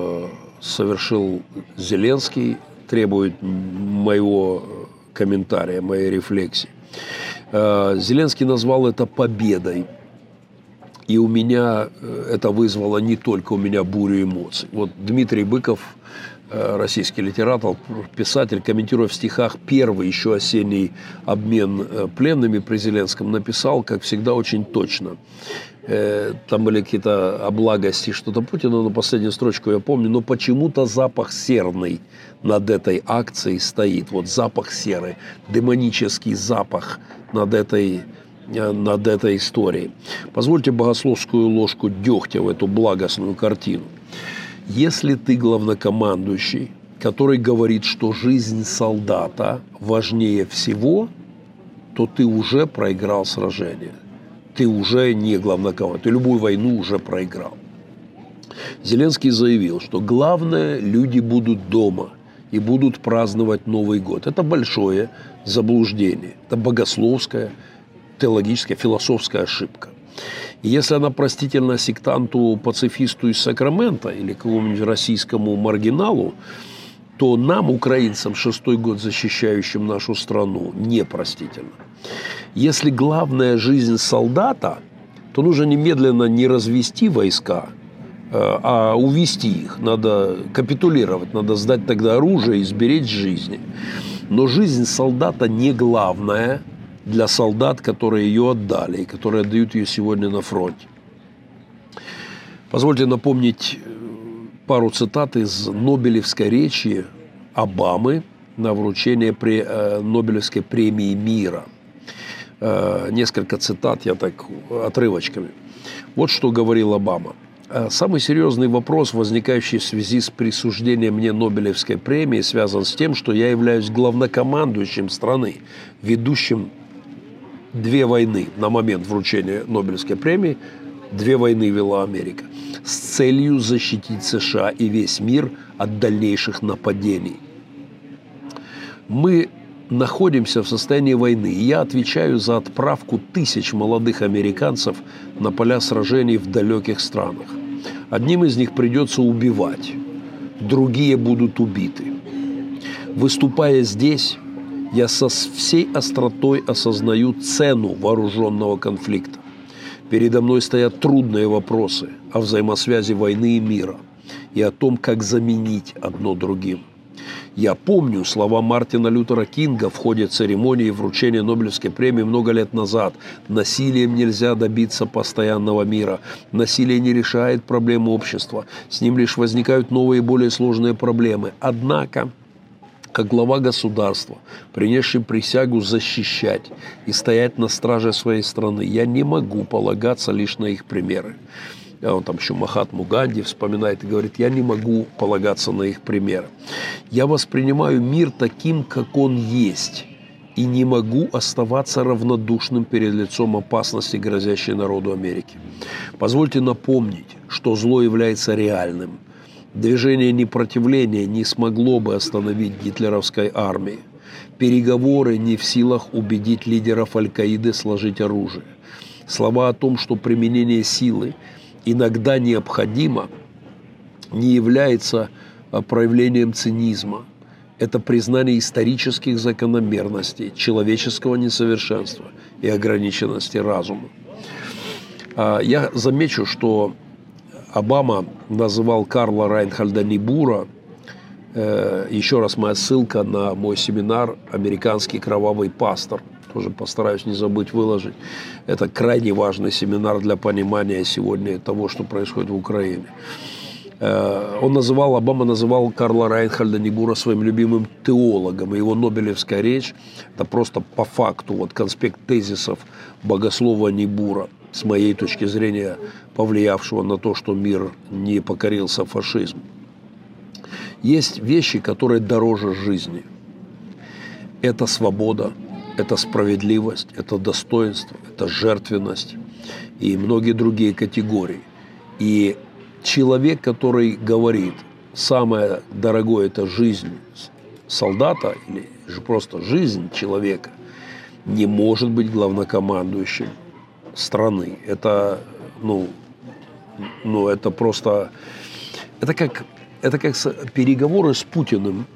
Зеленский, требует моего комментария, моей рефлексии. Зеленский назвал это победой. И у меня это вызвало не только у меня бурю эмоций. Вот Дмитрий Быков, российский литератор, писатель, комментируя в стихах первый еще осенний обмен пленными при Зеленском, написал, как всегда, очень точно. Там были какие-то облагости, что-то Путина, но последнюю строчку я помню, но почему-то запах серный над этой акцией стоит. Вот запах серы, демонический запах над этой историей. Позвольте богословскую ложку дегтя в эту благостную картину. Если ты главнокомандующий, который говорит, что жизнь солдата важнее всего, то ты уже проиграл сражение. Ты уже не главнокомандующий, ты любую войну уже проиграл. Зеленский заявил, что главное, люди будут дома и будут праздновать Новый год. Это большое заблуждение, это богословская, теологическая, философская ошибка. И если она простительна сектанту-пацифисту из Сакрамента или какому-нибудь российскому маргиналу, то нам, украинцам, 6-й год защищающим нашу страну, непростительно. Если главная жизнь солдата, то нужно немедленно не развести войска, а увести их. Надо капитулировать, надо сдать тогда оружие и сберечь жизни. Но жизнь солдата не главная для солдат, которые ее отдали и которые отдают ее сегодня на фронте. Позвольте напомнить пару цитат из Нобелевской речи Обамы на вручение Нобелевской премии мира. Несколько цитат, я так отрывочками. Вот что говорил Обама. Самый серьезный вопрос, возникающий в связи с присуждением мне Нобелевской премии, связан с тем, что я являюсь главнокомандующим страны, ведущим 2 войны на момент вручения Нобелевской премии. 2 войны вела Америка с целью защитить США и весь мир от дальнейших нападений. Мы находимся в состоянии войны, и я отвечаю за отправку тысяч молодых американцев на поля сражений в далеких странах. Одним из них придется убивать, другие будут убиты. Выступая здесь, я со всей остротой осознаю цену вооруженного конфликта. Передо мной стоят трудные вопросы о взаимосвязи войны и мира и о том, как заменить одно другим. Я помню слова Мартина Лютера Кинга в ходе церемонии вручения Нобелевской премии много лет назад. Насилием нельзя добиться постоянного мира. Насилие не решает проблем общества. С ним лишь возникают новые и более сложные проблемы. Однако, как глава государства, принесший присягу защищать и стоять на страже своей страны, я не могу полагаться лишь на их примеры. Он там еще Махатму Ганди вспоминает и говорит, я не могу полагаться на их примеры. Я воспринимаю мир таким, как он есть, и не могу оставаться равнодушным перед лицом опасности, грозящей народу Америки. Позвольте напомнить, что зло является реальным. Движение непротивления не смогло бы остановить гитлеровской армии. Переговоры не в силах убедить лидеров Аль-Каиды сложить оружие. Слова о том, что применение силы иногда необходимо, не является проявлением цинизма. Это признание исторических закономерностей, человеческого несовершенства и ограниченности разума. Я замечу, что Обама называл Карла Райнхольда Нибура, еще раз моя ссылка на мой семинар «Американский кровавый пастор», тоже постараюсь не забыть выложить. Это крайне важный семинар для понимания сегодня того, что происходит в Украине. Обама называл Карла Райнхольда Нибура своим любимым теологом. И его Нобелевская речь – это просто по факту вот конспект тезисов богослова Нибура, с моей точки зрения, повлиявшего на то, что мир не покорился фашизму. Есть вещи, которые дороже жизни. Это свобода, это справедливость, это достоинство, это жертвенность и многие другие категории. И человек, который говорит, самое дорогое – это жизнь солдата или же просто жизнь человека, не может быть главнокомандующим страны. Это, это просто… Это как переговоры с Путиным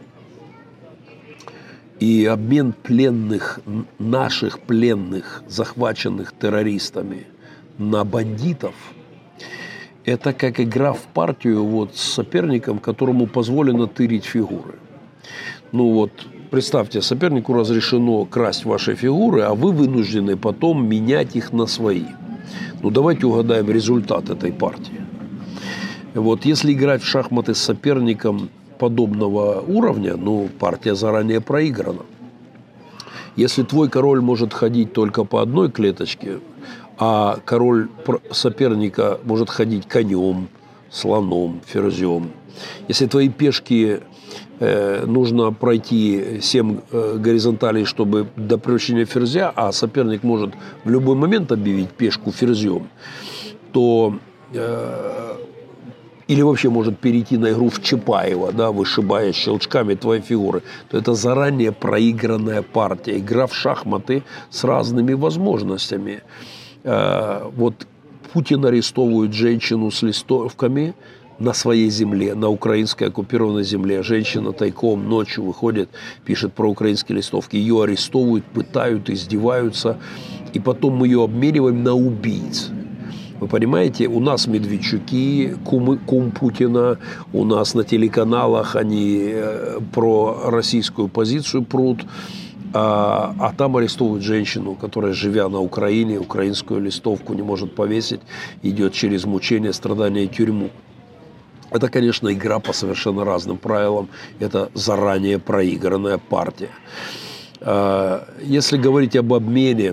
и обмен пленных, наших пленных, захваченных террористами, на бандитов. Это как игра в партию вот с соперником, которому позволено тырить фигуры. Представьте, сопернику разрешено красть ваши фигуры, а вы вынуждены потом менять их на свои. Давайте угадаем результат этой партии. Если играть в шахматы с соперником подобного уровня, партия заранее проиграна. Если твой король может ходить только по одной клеточке, а король соперника может ходить конем, слоном, ферзем. Если твои пешки нужно пройти 7 горизонталей, чтобы до превращения ферзя, а соперник может в любой момент объявить пешку ферзем, то или вообще может перейти на игру в Чапаева, вышибая щелчками твои фигуры, то это заранее проигранная партия. Игра в шахматы с разными возможностями. Путин арестовывает женщину с листовками на своей земле, на украинской оккупированной земле. Женщина тайком ночью выходит, пишет про украинские листовки. Ее арестовывают, пытают, издеваются. И потом мы ее обмениваем на убийц. Вы понимаете, у нас Медведчуки, кум Путина, у нас на телеканалах они про российскую позицию прут, а там арестовывают женщину, которая, живя на Украине, украинскую листовку не может повесить, идет через мучения, страдания и тюрьму. Это, конечно, игра по совершенно разным правилам, это заранее проигранная партия. Если говорить об обмене,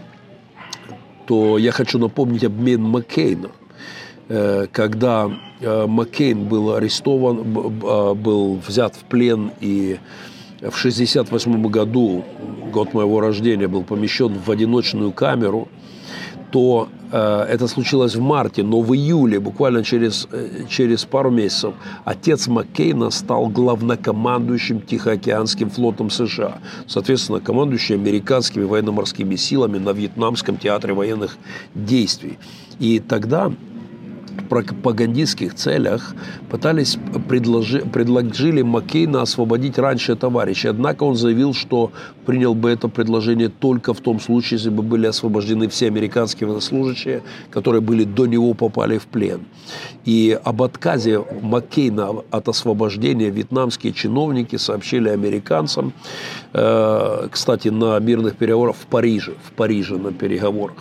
то я хочу напомнить обмен Маккейна. Когда Маккейн был арестован, был взят в плен и в 1968 году, год моего рождения, был помещен в одиночную камеру, то это случилось в марте, но в июле, буквально через пару месяцев, отец Маккейна стал главнокомандующим Тихоокеанским флотом США. Соответственно, командующий американскими военно-морскими силами на Вьетнамском театре военных действий. И тогда в пропагандистских целях предложили Маккейна освободить раньше товарищей. Однако он заявил, что принял бы это предложение только в том случае, если бы были освобождены все американские военнослужащие, которые были до него, попали в плен. И об отказе Маккейна от освобождения вьетнамские чиновники сообщили американцам, кстати, на мирных переговорах в Париже на переговорах.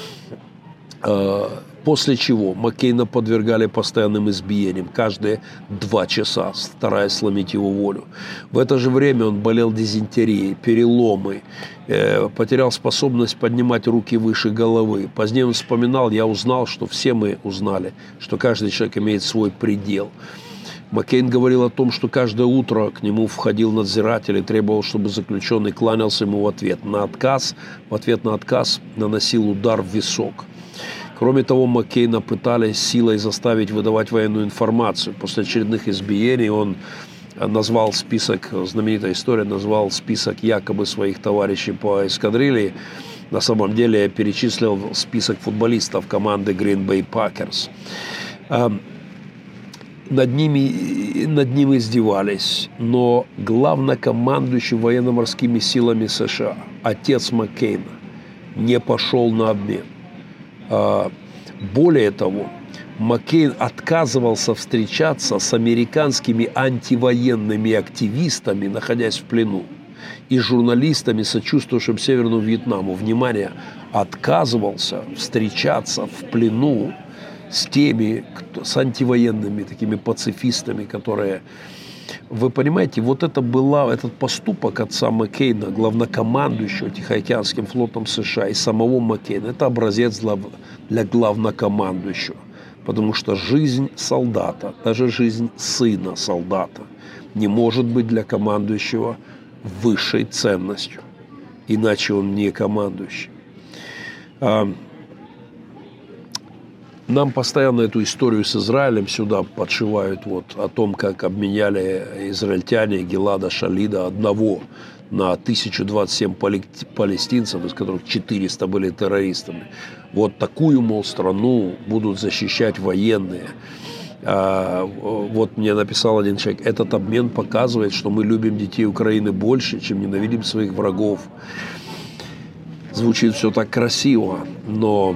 После чего Маккейна подвергали постоянным избиениям каждые 2 часа, стараясь сломить его волю. В это же время он болел дизентерией, переломы, потерял способность поднимать руки выше головы. Позднее он вспоминал: я узнал, что все мы узнали, что каждый человек имеет свой предел. Маккейн говорил о том, что каждое утро к нему входил надзиратель и требовал, чтобы заключенный кланялся ему в ответ. В ответ на отказ наносил удар в висок. Кроме того, Маккейна пытались силой заставить выдавать военную информацию. После очередных избиений он назвал список, знаменитая история, назвал список якобы своих товарищей по эскадрилье. На самом деле перечислил список футболистов команды Green Bay Packers. Над ним издевались, но главнокомандующий военно-морскими силами США, отец Маккейна, не пошел на обмен. Более того, Маккейн отказывался встречаться с американскими антивоенными активистами, находясь в плену, и журналистами, сочувствующими Северному Вьетнаму. Внимание, отказывался встречаться в плену с с антивоенными, такими пацифистами, которые... Вы понимаете, вот этот поступок отца Маккейна, главнокомандующего Тихоокеанским флотом США, и самого Маккейна, это образец для главнокомандующего. Потому что жизнь солдата, даже жизнь сына солдата, не может быть для командующего высшей ценностью. Иначе он не командующий. Нам постоянно эту историю с Израилем сюда подшивают о том, как обменяли израильтяне Гилада Шалида одного на 1027 палестинцев, из которых 400 были террористами. Вот такую, мол, страну будут защищать военные. Вот мне написал один человек: этот обмен показывает, что мы любим детей Украины больше, чем ненавидим своих врагов. Звучит все так красиво, но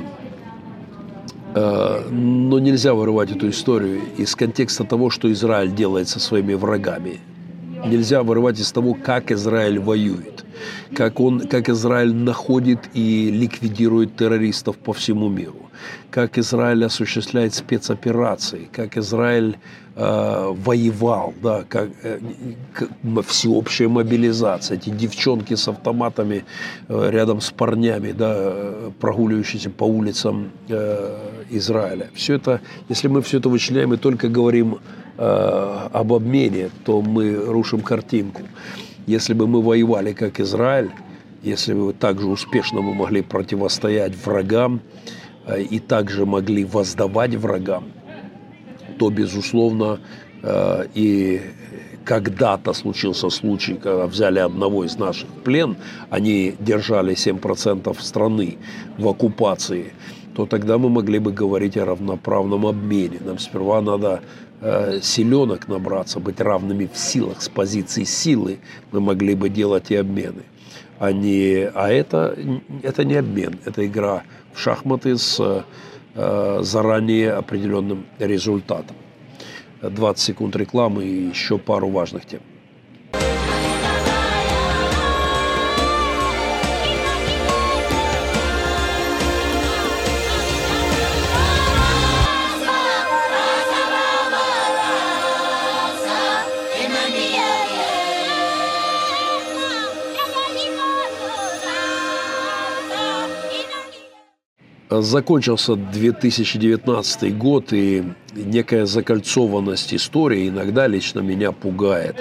нельзя вырывать эту историю из контекста того, что Израиль делает со своими врагами. Нельзя вырывать из того, как Израиль воюет, как Израиль находит и ликвидирует террористов по всему миру, как Израиль осуществляет спецоперации, как Израиль воевал, да, как всеобщая мобилизация, эти девчонки с автоматами рядом с парнями, да, прогуливающиеся по улицам Израиля. Все это, если мы все это вычленяем и только говорим об обмене, то мы рушим картинку. Если бы мы воевали как Израиль, если бы также успешно мы могли противостоять врагам и также могли воздавать врагам, то, безусловно, и когда-то случился случай, когда взяли одного из наших в плен, они держали 7% страны в оккупации, то тогда мы могли бы говорить о равноправном обмене. Нам сперва надо силенок набраться, быть равными в силах. С позиции силы мы могли бы делать и обмены. А это не обмен, это игра в шахматы с заранее определенным результатом. 20 секунд рекламы и еще пару важных тем. Закончился 2019 год, и некая закольцованность истории иногда лично меня пугает.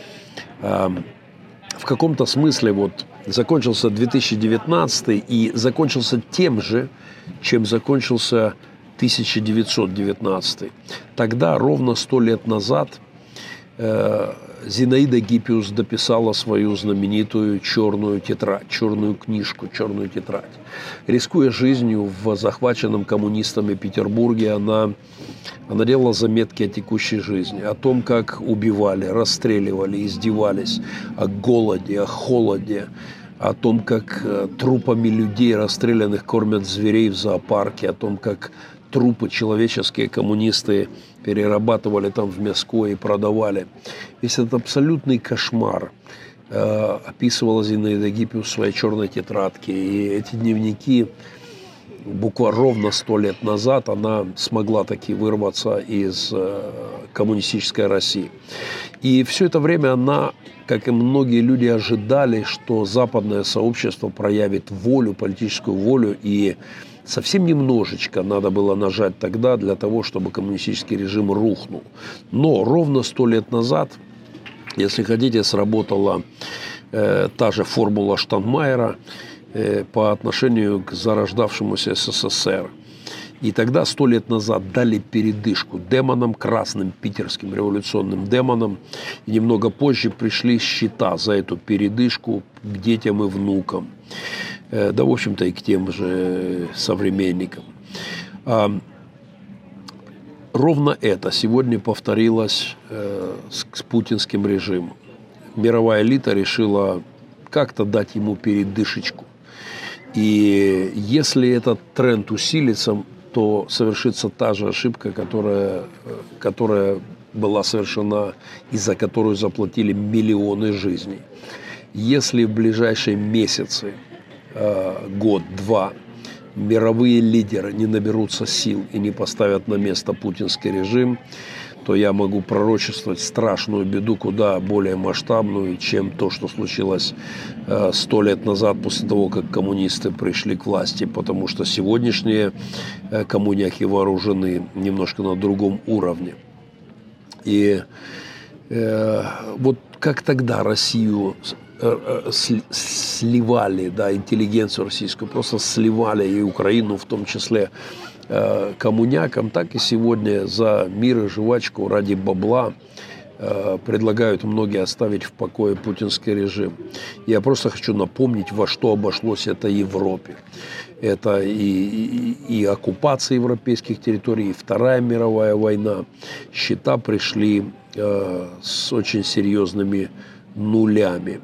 В каком-то смысле вот закончился 2019 и закончился тем же, чем закончился 1919. Тогда, ровно 100 лет назад, Зинаида Гиппиус дописала свою знаменитую черную книжку, черную тетрадь. Рискуя жизнью в захваченном коммунистами Петербурге, она делала заметки о текущей жизни, о том, как убивали, расстреливали, издевались, о голоде, о холоде, о том, как трупами людей расстрелянных кормят зверей в зоопарке, о том, как трупы человеческие коммунисты перерабатывали там в мяско и продавали. Весь этот абсолютный кошмар описывала Зинаида Гиппиус в своей черной тетрадке. И эти дневники буквально ровно 100 лет назад она смогла таки вырваться из коммунистической России. И все это время она, как и многие люди, ожидали, что западное сообщество проявит волю, политическую волю, и совсем немножечко надо было нажать тогда для того, чтобы коммунистический режим рухнул. Но ровно 100 лет назад, если хотите, сработала та же формула Штайнмайера по отношению к зарождавшемуся СССР. И тогда, 100 лет назад, дали передышку демонам, красным питерским революционным демонам. И немного позже пришли счета за эту передышку к детям и внукам. Да, в общем-то, и к тем же современникам. Ровно это сегодня повторилось с путинским режимом. Мировая элита решила как-то дать ему передышечку. И если этот тренд усилится, то совершится та же ошибка, которая была совершена, и за которую заплатили миллионы жизней. Если в ближайшие месяцы, год-два, мировые лидеры не наберутся сил и не поставят на место путинский режим, то я могу пророчествовать страшную беду, куда более масштабную, чем то, что случилось 100 лет назад, после того, как коммунисты пришли к власти. Потому что сегодняшние коммуняки вооружены немножко на другом уровне. И вот как тогда Россию сливали, да, интеллигенцию российскую, просто сливали, и Украину в том числе, коммунякам, так и сегодня за мир и жвачку ради бабла предлагают многие оставить в покое путинский режим. Я просто хочу напомнить, во что обошлось это Европе. Это и оккупация европейских территорий, и Вторая мировая война. Счета пришли с очень серьезными нулями.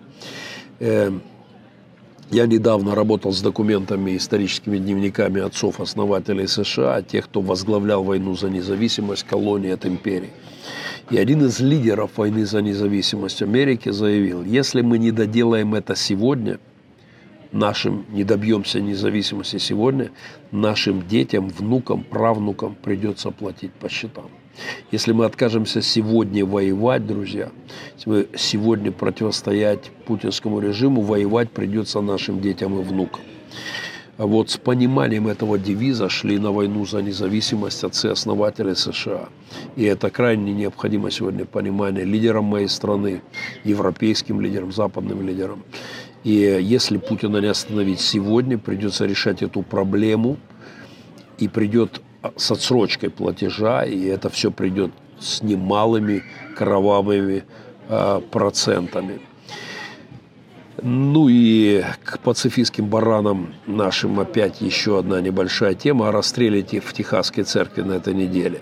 Я недавно работал с документами, историческими дневниками отцов-основателей США, тех, кто возглавлял войну за независимость колонии от империи. И один из лидеров войны за независимость Америки заявил: если мы не доделаем это сегодня, не добьемся независимости сегодня, нашим детям, внукам, правнукам придется платить по счетам. Если мы откажемся сегодня воевать, друзья, если мы сегодня противостоять путинскому режиму, воевать придется нашим детям и внукам. А вот с пониманием этого девиза шли на войну за независимость отцы-основатели США. И это крайне необходимо сегодня понимание лидерам моей страны, европейским лидерам, западным лидерам. И если Путина не остановить сегодня, придется решать эту проблему, и придет с отсрочкой платежа, и это все придет с немалыми кровавыми процентами. Ну и к пацифистским баранам нашим опять еще одна небольшая тема о расстреле в Техасской церкви на этой неделе.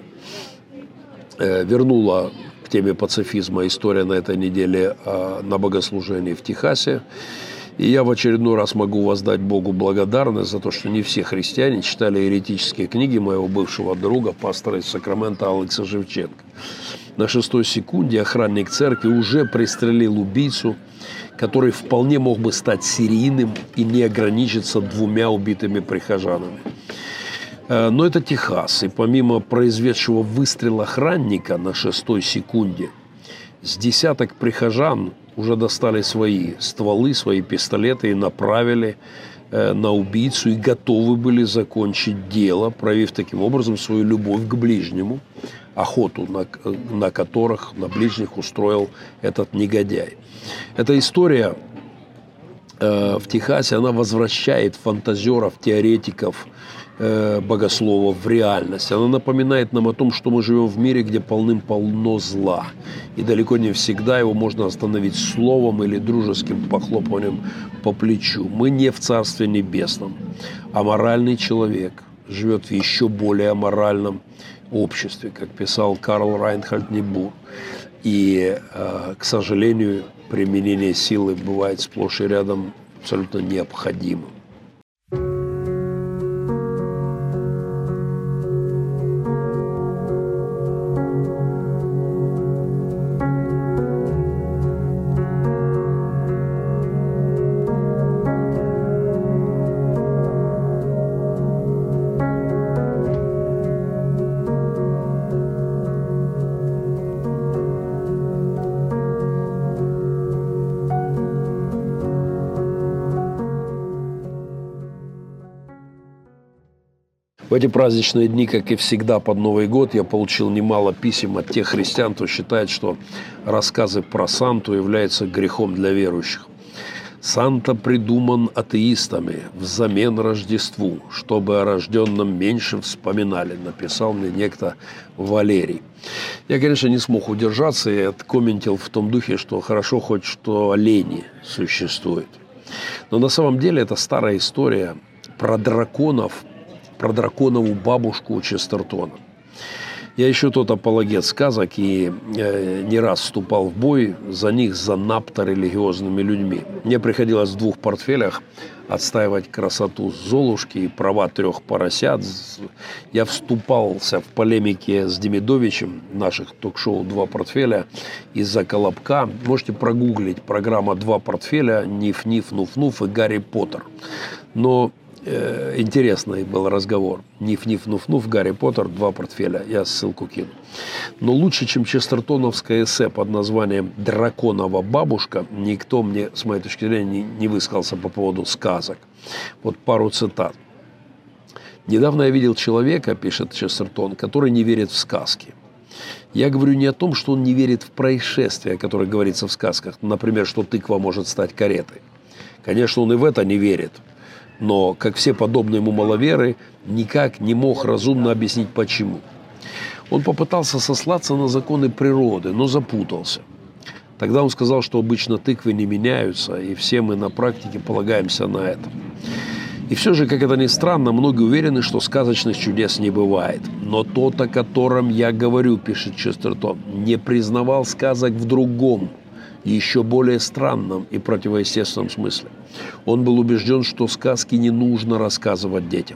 Вернула к теме пацифизма история на этой неделе на богослужении в Техасе. И я в очередной раз могу воздать Богу благодарность за то, что не все христиане читали еретические книги моего бывшего друга, пастора из Сакрамента Алекса Живченко. На 6-й секунде охранник церкви уже пристрелил убийцу, который вполне мог бы стать серийным и не ограничиться 2 убитыми прихожанами. Но это Техас, и помимо произведшего выстрел охранника на 6-й секунде, с десяток прихожан уже достали свои стволы, свои пистолеты и направили на убийцу и готовы были закончить дело, проявив таким образом свою любовь к ближнему, охоту на которых, на ближних устроил этот негодяй. Эта история в Техасе, она возвращает фантазеров, теоретиков, богословов в реальность. Она напоминает нам о том, что мы живем в мире, где полным-полно зла. И далеко не всегда его можно остановить словом или дружеским похлопыванием по плечу. Мы не в Царстве Небесном. А моральный человек живет в еще более аморальном обществе, как писал Карл Райнхольд Нибур. И, к сожалению, применение силы бывает сплошь и рядом абсолютно необходимым. В эти праздничные дни, как и всегда под Новый год, я получил немало писем от тех христиан, кто считает, что рассказы про Санту являются грехом для верующих. Санта придуман атеистами взамен Рождеству, чтобы о рожденном меньше вспоминали, написал мне некто Валерий. Я, конечно, не смог удержаться и откомментил в том духе, что хорошо хоть что олени существует. Но на самом деле это старая история про драконов, про драконову бабушку Честертона. Я еще тот апологет сказок и не раз вступал в бой за них, за напто религиозными людьми. Мне приходилось в 2 портфелях отстаивать красоту Золушки и права 3 поросят. Я вступался в полемике с Демидовичем в наших ток-шоу «2 портфеля» из-за Колобка. Можете прогуглить программа «2 портфеля», «Ниф-ниф», «Нуф-нуф» и «Гарри Поттер». Но интересный был разговор. Ниф-ниф-нуф-нуф, Гарри Поттер, 2 портфеля. Я ссылку кину. Но лучше, чем честертоновское эссе под названием «Драконова бабушка», никто мне, с моей точки зрения, не высказался по поводу сказок. Вот пару цитат. «Недавно я видел человека, пишет Честертон, который не верит в сказки. Я говорю не о том, что он не верит в происшествия, о которых говорится в сказках. Например, что тыква может стать каретой. Конечно, он и в это не верит. Но, как все подобные ему маловеры, никак не мог разумно объяснить, почему. Он попытался сослаться на законы природы, но запутался. Тогда он сказал, что обычно тыквы не меняются, и все мы на практике полагаемся на это. И все же, как это ни странно, многие уверены, что сказочных чудес не бывает. Но тот, о котором я говорю, пишет Честертон, не признавал сказок в другом, еще более странном и противоестественном смысле. Он был убежден, что сказки не нужно рассказывать детям.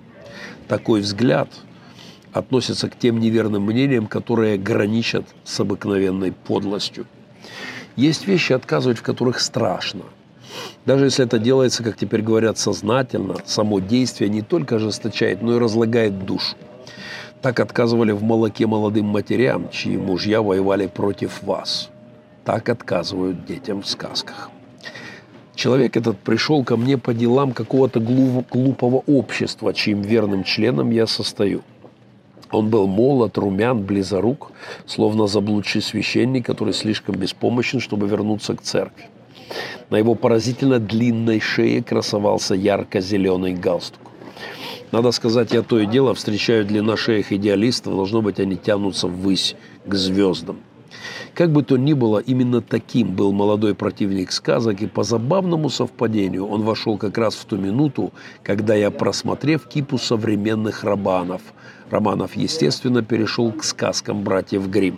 Такой взгляд относится к тем неверным мнениям, которые граничат с обыкновенной подлостью. Есть вещи, отказывать в которых страшно. Даже если это делается, как теперь говорят, сознательно, само действие не только ожесточает, но и разлагает душу. Так отказывали в молоке молодым матерям, чьи мужья воевали против вас. Так отказывают детям в сказках. Человек этот пришел ко мне по делам какого-то глупого общества, чьим верным членом я состою. Он был молод, румян, близорук, словно заблудший священник, который слишком беспомощен, чтобы вернуться к церкви. На его поразительно длинной шее красовался ярко-зеленый галстук. Надо сказать, я то и дело встречаю длинношеих идеалистов, должно быть, они тянутся ввысь к звездам. Как бы то ни было, именно таким был молодой противник сказок, и по забавному совпадению он вошел как раз в ту минуту, когда я, просмотрев кипу современных романов, естественно, перешел к сказкам братьев Гримм.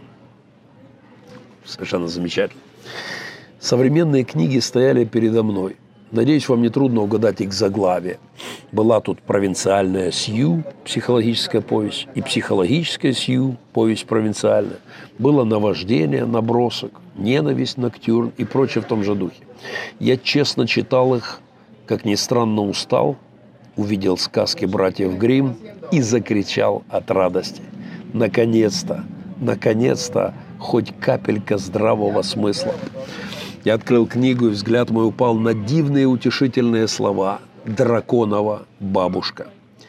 Совершенно замечательно. Современные книги стояли передо мной. Надеюсь, вам не трудно угадать их заглавие. Была тут провинциальная Сью, психологическая повесть, и психологическая Сью, повесть провинциальная. Было наваждение, набросок, ненависть, ноктюрн и прочее в том же духе. Я честно читал их, как ни странно устал, увидел сказки братьев Гримм и закричал от радости. Наконец-то, наконец-то, хоть капелька здравого смысла. Я открыл книгу, и взгляд мой упал на дивные утешительные слова «Драконова бабушка».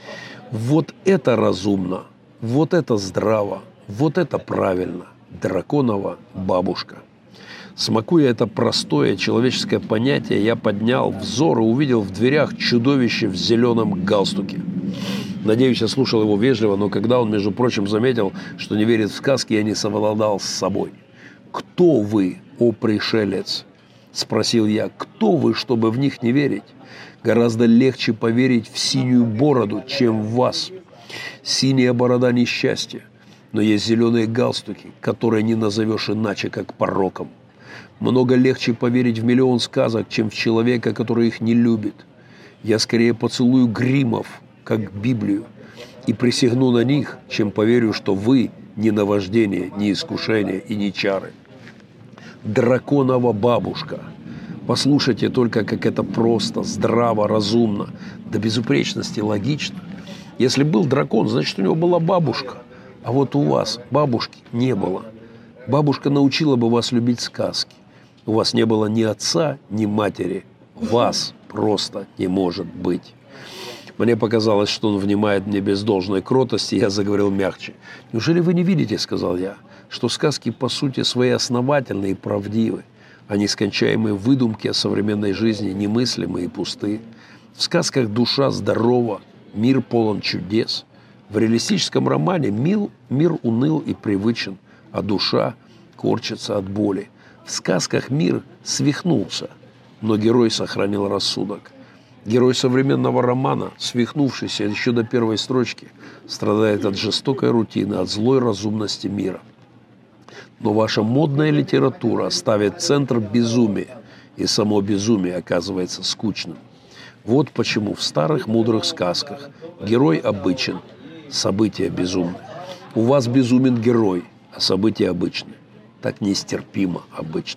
Вот это разумно, вот это здраво, вот это правильно. Драконова бабушка. Смакуя это простое человеческое понятие, я поднял взор и увидел в дверях чудовище в зеленом галстуке. Надеюсь, я слушал его вежливо, но когда он, между прочим, заметил, что не верит в сказки, я не совладал с собой. «Кто вы, о пришелец?» – спросил я. «Кто вы, чтобы в них не верить? Гораздо легче поверить в синюю бороду, чем в вас. Синяя борода – несчастье, но есть зеленые галстуки, которые не назовешь иначе, как пороком. Много легче поверить в миллион сказок, чем в человека, который их не любит. Я скорее поцелую Гриммов, как Библию, и присягну на них, чем поверю, что вы ни наваждение, ни искушение и ни чары. Драконова бабушка. Послушайте только, как это просто, здраво, разумно, до безупречности логично. Если был дракон, значит, у него была бабушка. А вот у вас бабушки не было. Бабушка научила бы вас любить сказки. У вас не было ни отца, ни матери. Вас просто не может быть. Мне показалось, что он внимает мне без должной кротости, я заговорил мягче. «Неужели вы не видите, — сказал я, — что сказки по сути своей основательны и правдивы, а нескончаемые выдумки о современной жизни немыслимы и пусты? В сказках душа здорова, мир полон чудес. В реалистическом романе мир уныл и привычен, а душа корчится от боли. В сказках мир свихнулся, но герой сохранил рассудок. Герой современного романа, свихнувшийся еще до первой строчки, страдает от жестокой рутины, от злой разумности мира. Но ваша модная литература ставит в центр безумие, и само безумие оказывается скучным. Вот почему в старых мудрых сказках герой обычен, события безумны. У вас безумен герой, а события обычны. Так нестерпимо обычно.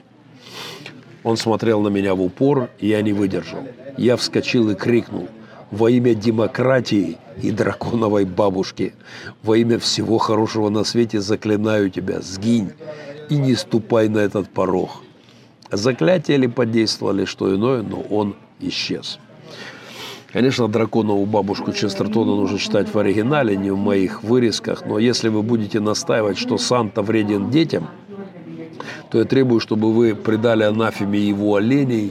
Он смотрел на меня в упор, и я не выдержал. Я вскочил и крикнул: «Во имя демократии и драконовой бабушки, во имя всего хорошего на свете заклинаю тебя, сгинь и не ступай на этот порог». Заклятие ли подействовало, что иное, но он исчез. Конечно, драконову бабушку Честертона нужно читать в оригинале, не в моих вырезках, но если вы будете настаивать, что Санта вреден детям, то я требую, чтобы вы придали анафеме его оленей,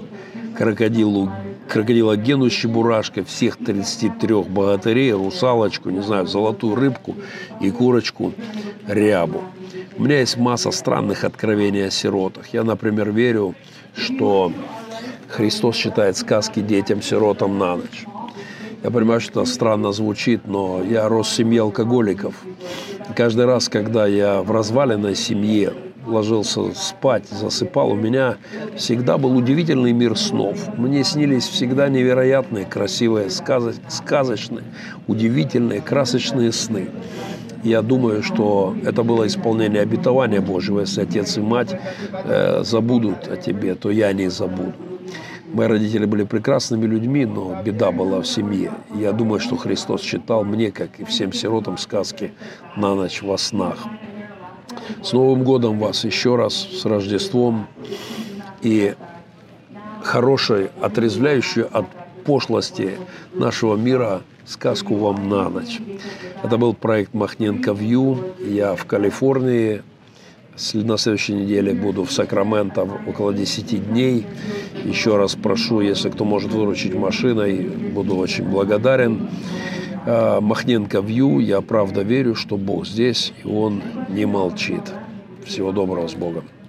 крокодила Гену с Чебурашкой, всех 33 богатырей, русалочку, не знаю, золотую рыбку и курочку Рябу. У меня есть масса странных откровений о сиротах. Я, например, верю, что Христос читает сказки детям-сиротам на ночь. Я понимаю, что это странно звучит, но я рос в семье алкоголиков. И каждый раз, когда я в разваленной семье ложился спать, засыпал, у меня всегда был удивительный мир снов. Мне снились всегда невероятные, красивые, сказочные, удивительные, красочные сны. Я думаю, что это было исполнение обетования Божьего. Если отец и мать забудут о тебе, то я не забуду. Мои родители были прекрасными людьми, но беда была в семье. Я думаю, что Христос читал мне, как и всем сиротам, сказки на ночь во снах. С Новым годом вас еще раз, с Рождеством, и хорошей, отрезвляющей от пошлости нашего мира сказку вам на ночь. Это был проект Махненко Вью. Я в Калифорнии. На следующей неделе буду в Сакраменто около 10 дней. Еще раз прошу, если кто может выручить машиной, буду очень благодарен. Махненко Вью. Я правда верю, что Бог здесь, и Он не молчит. Всего доброго, с Богом.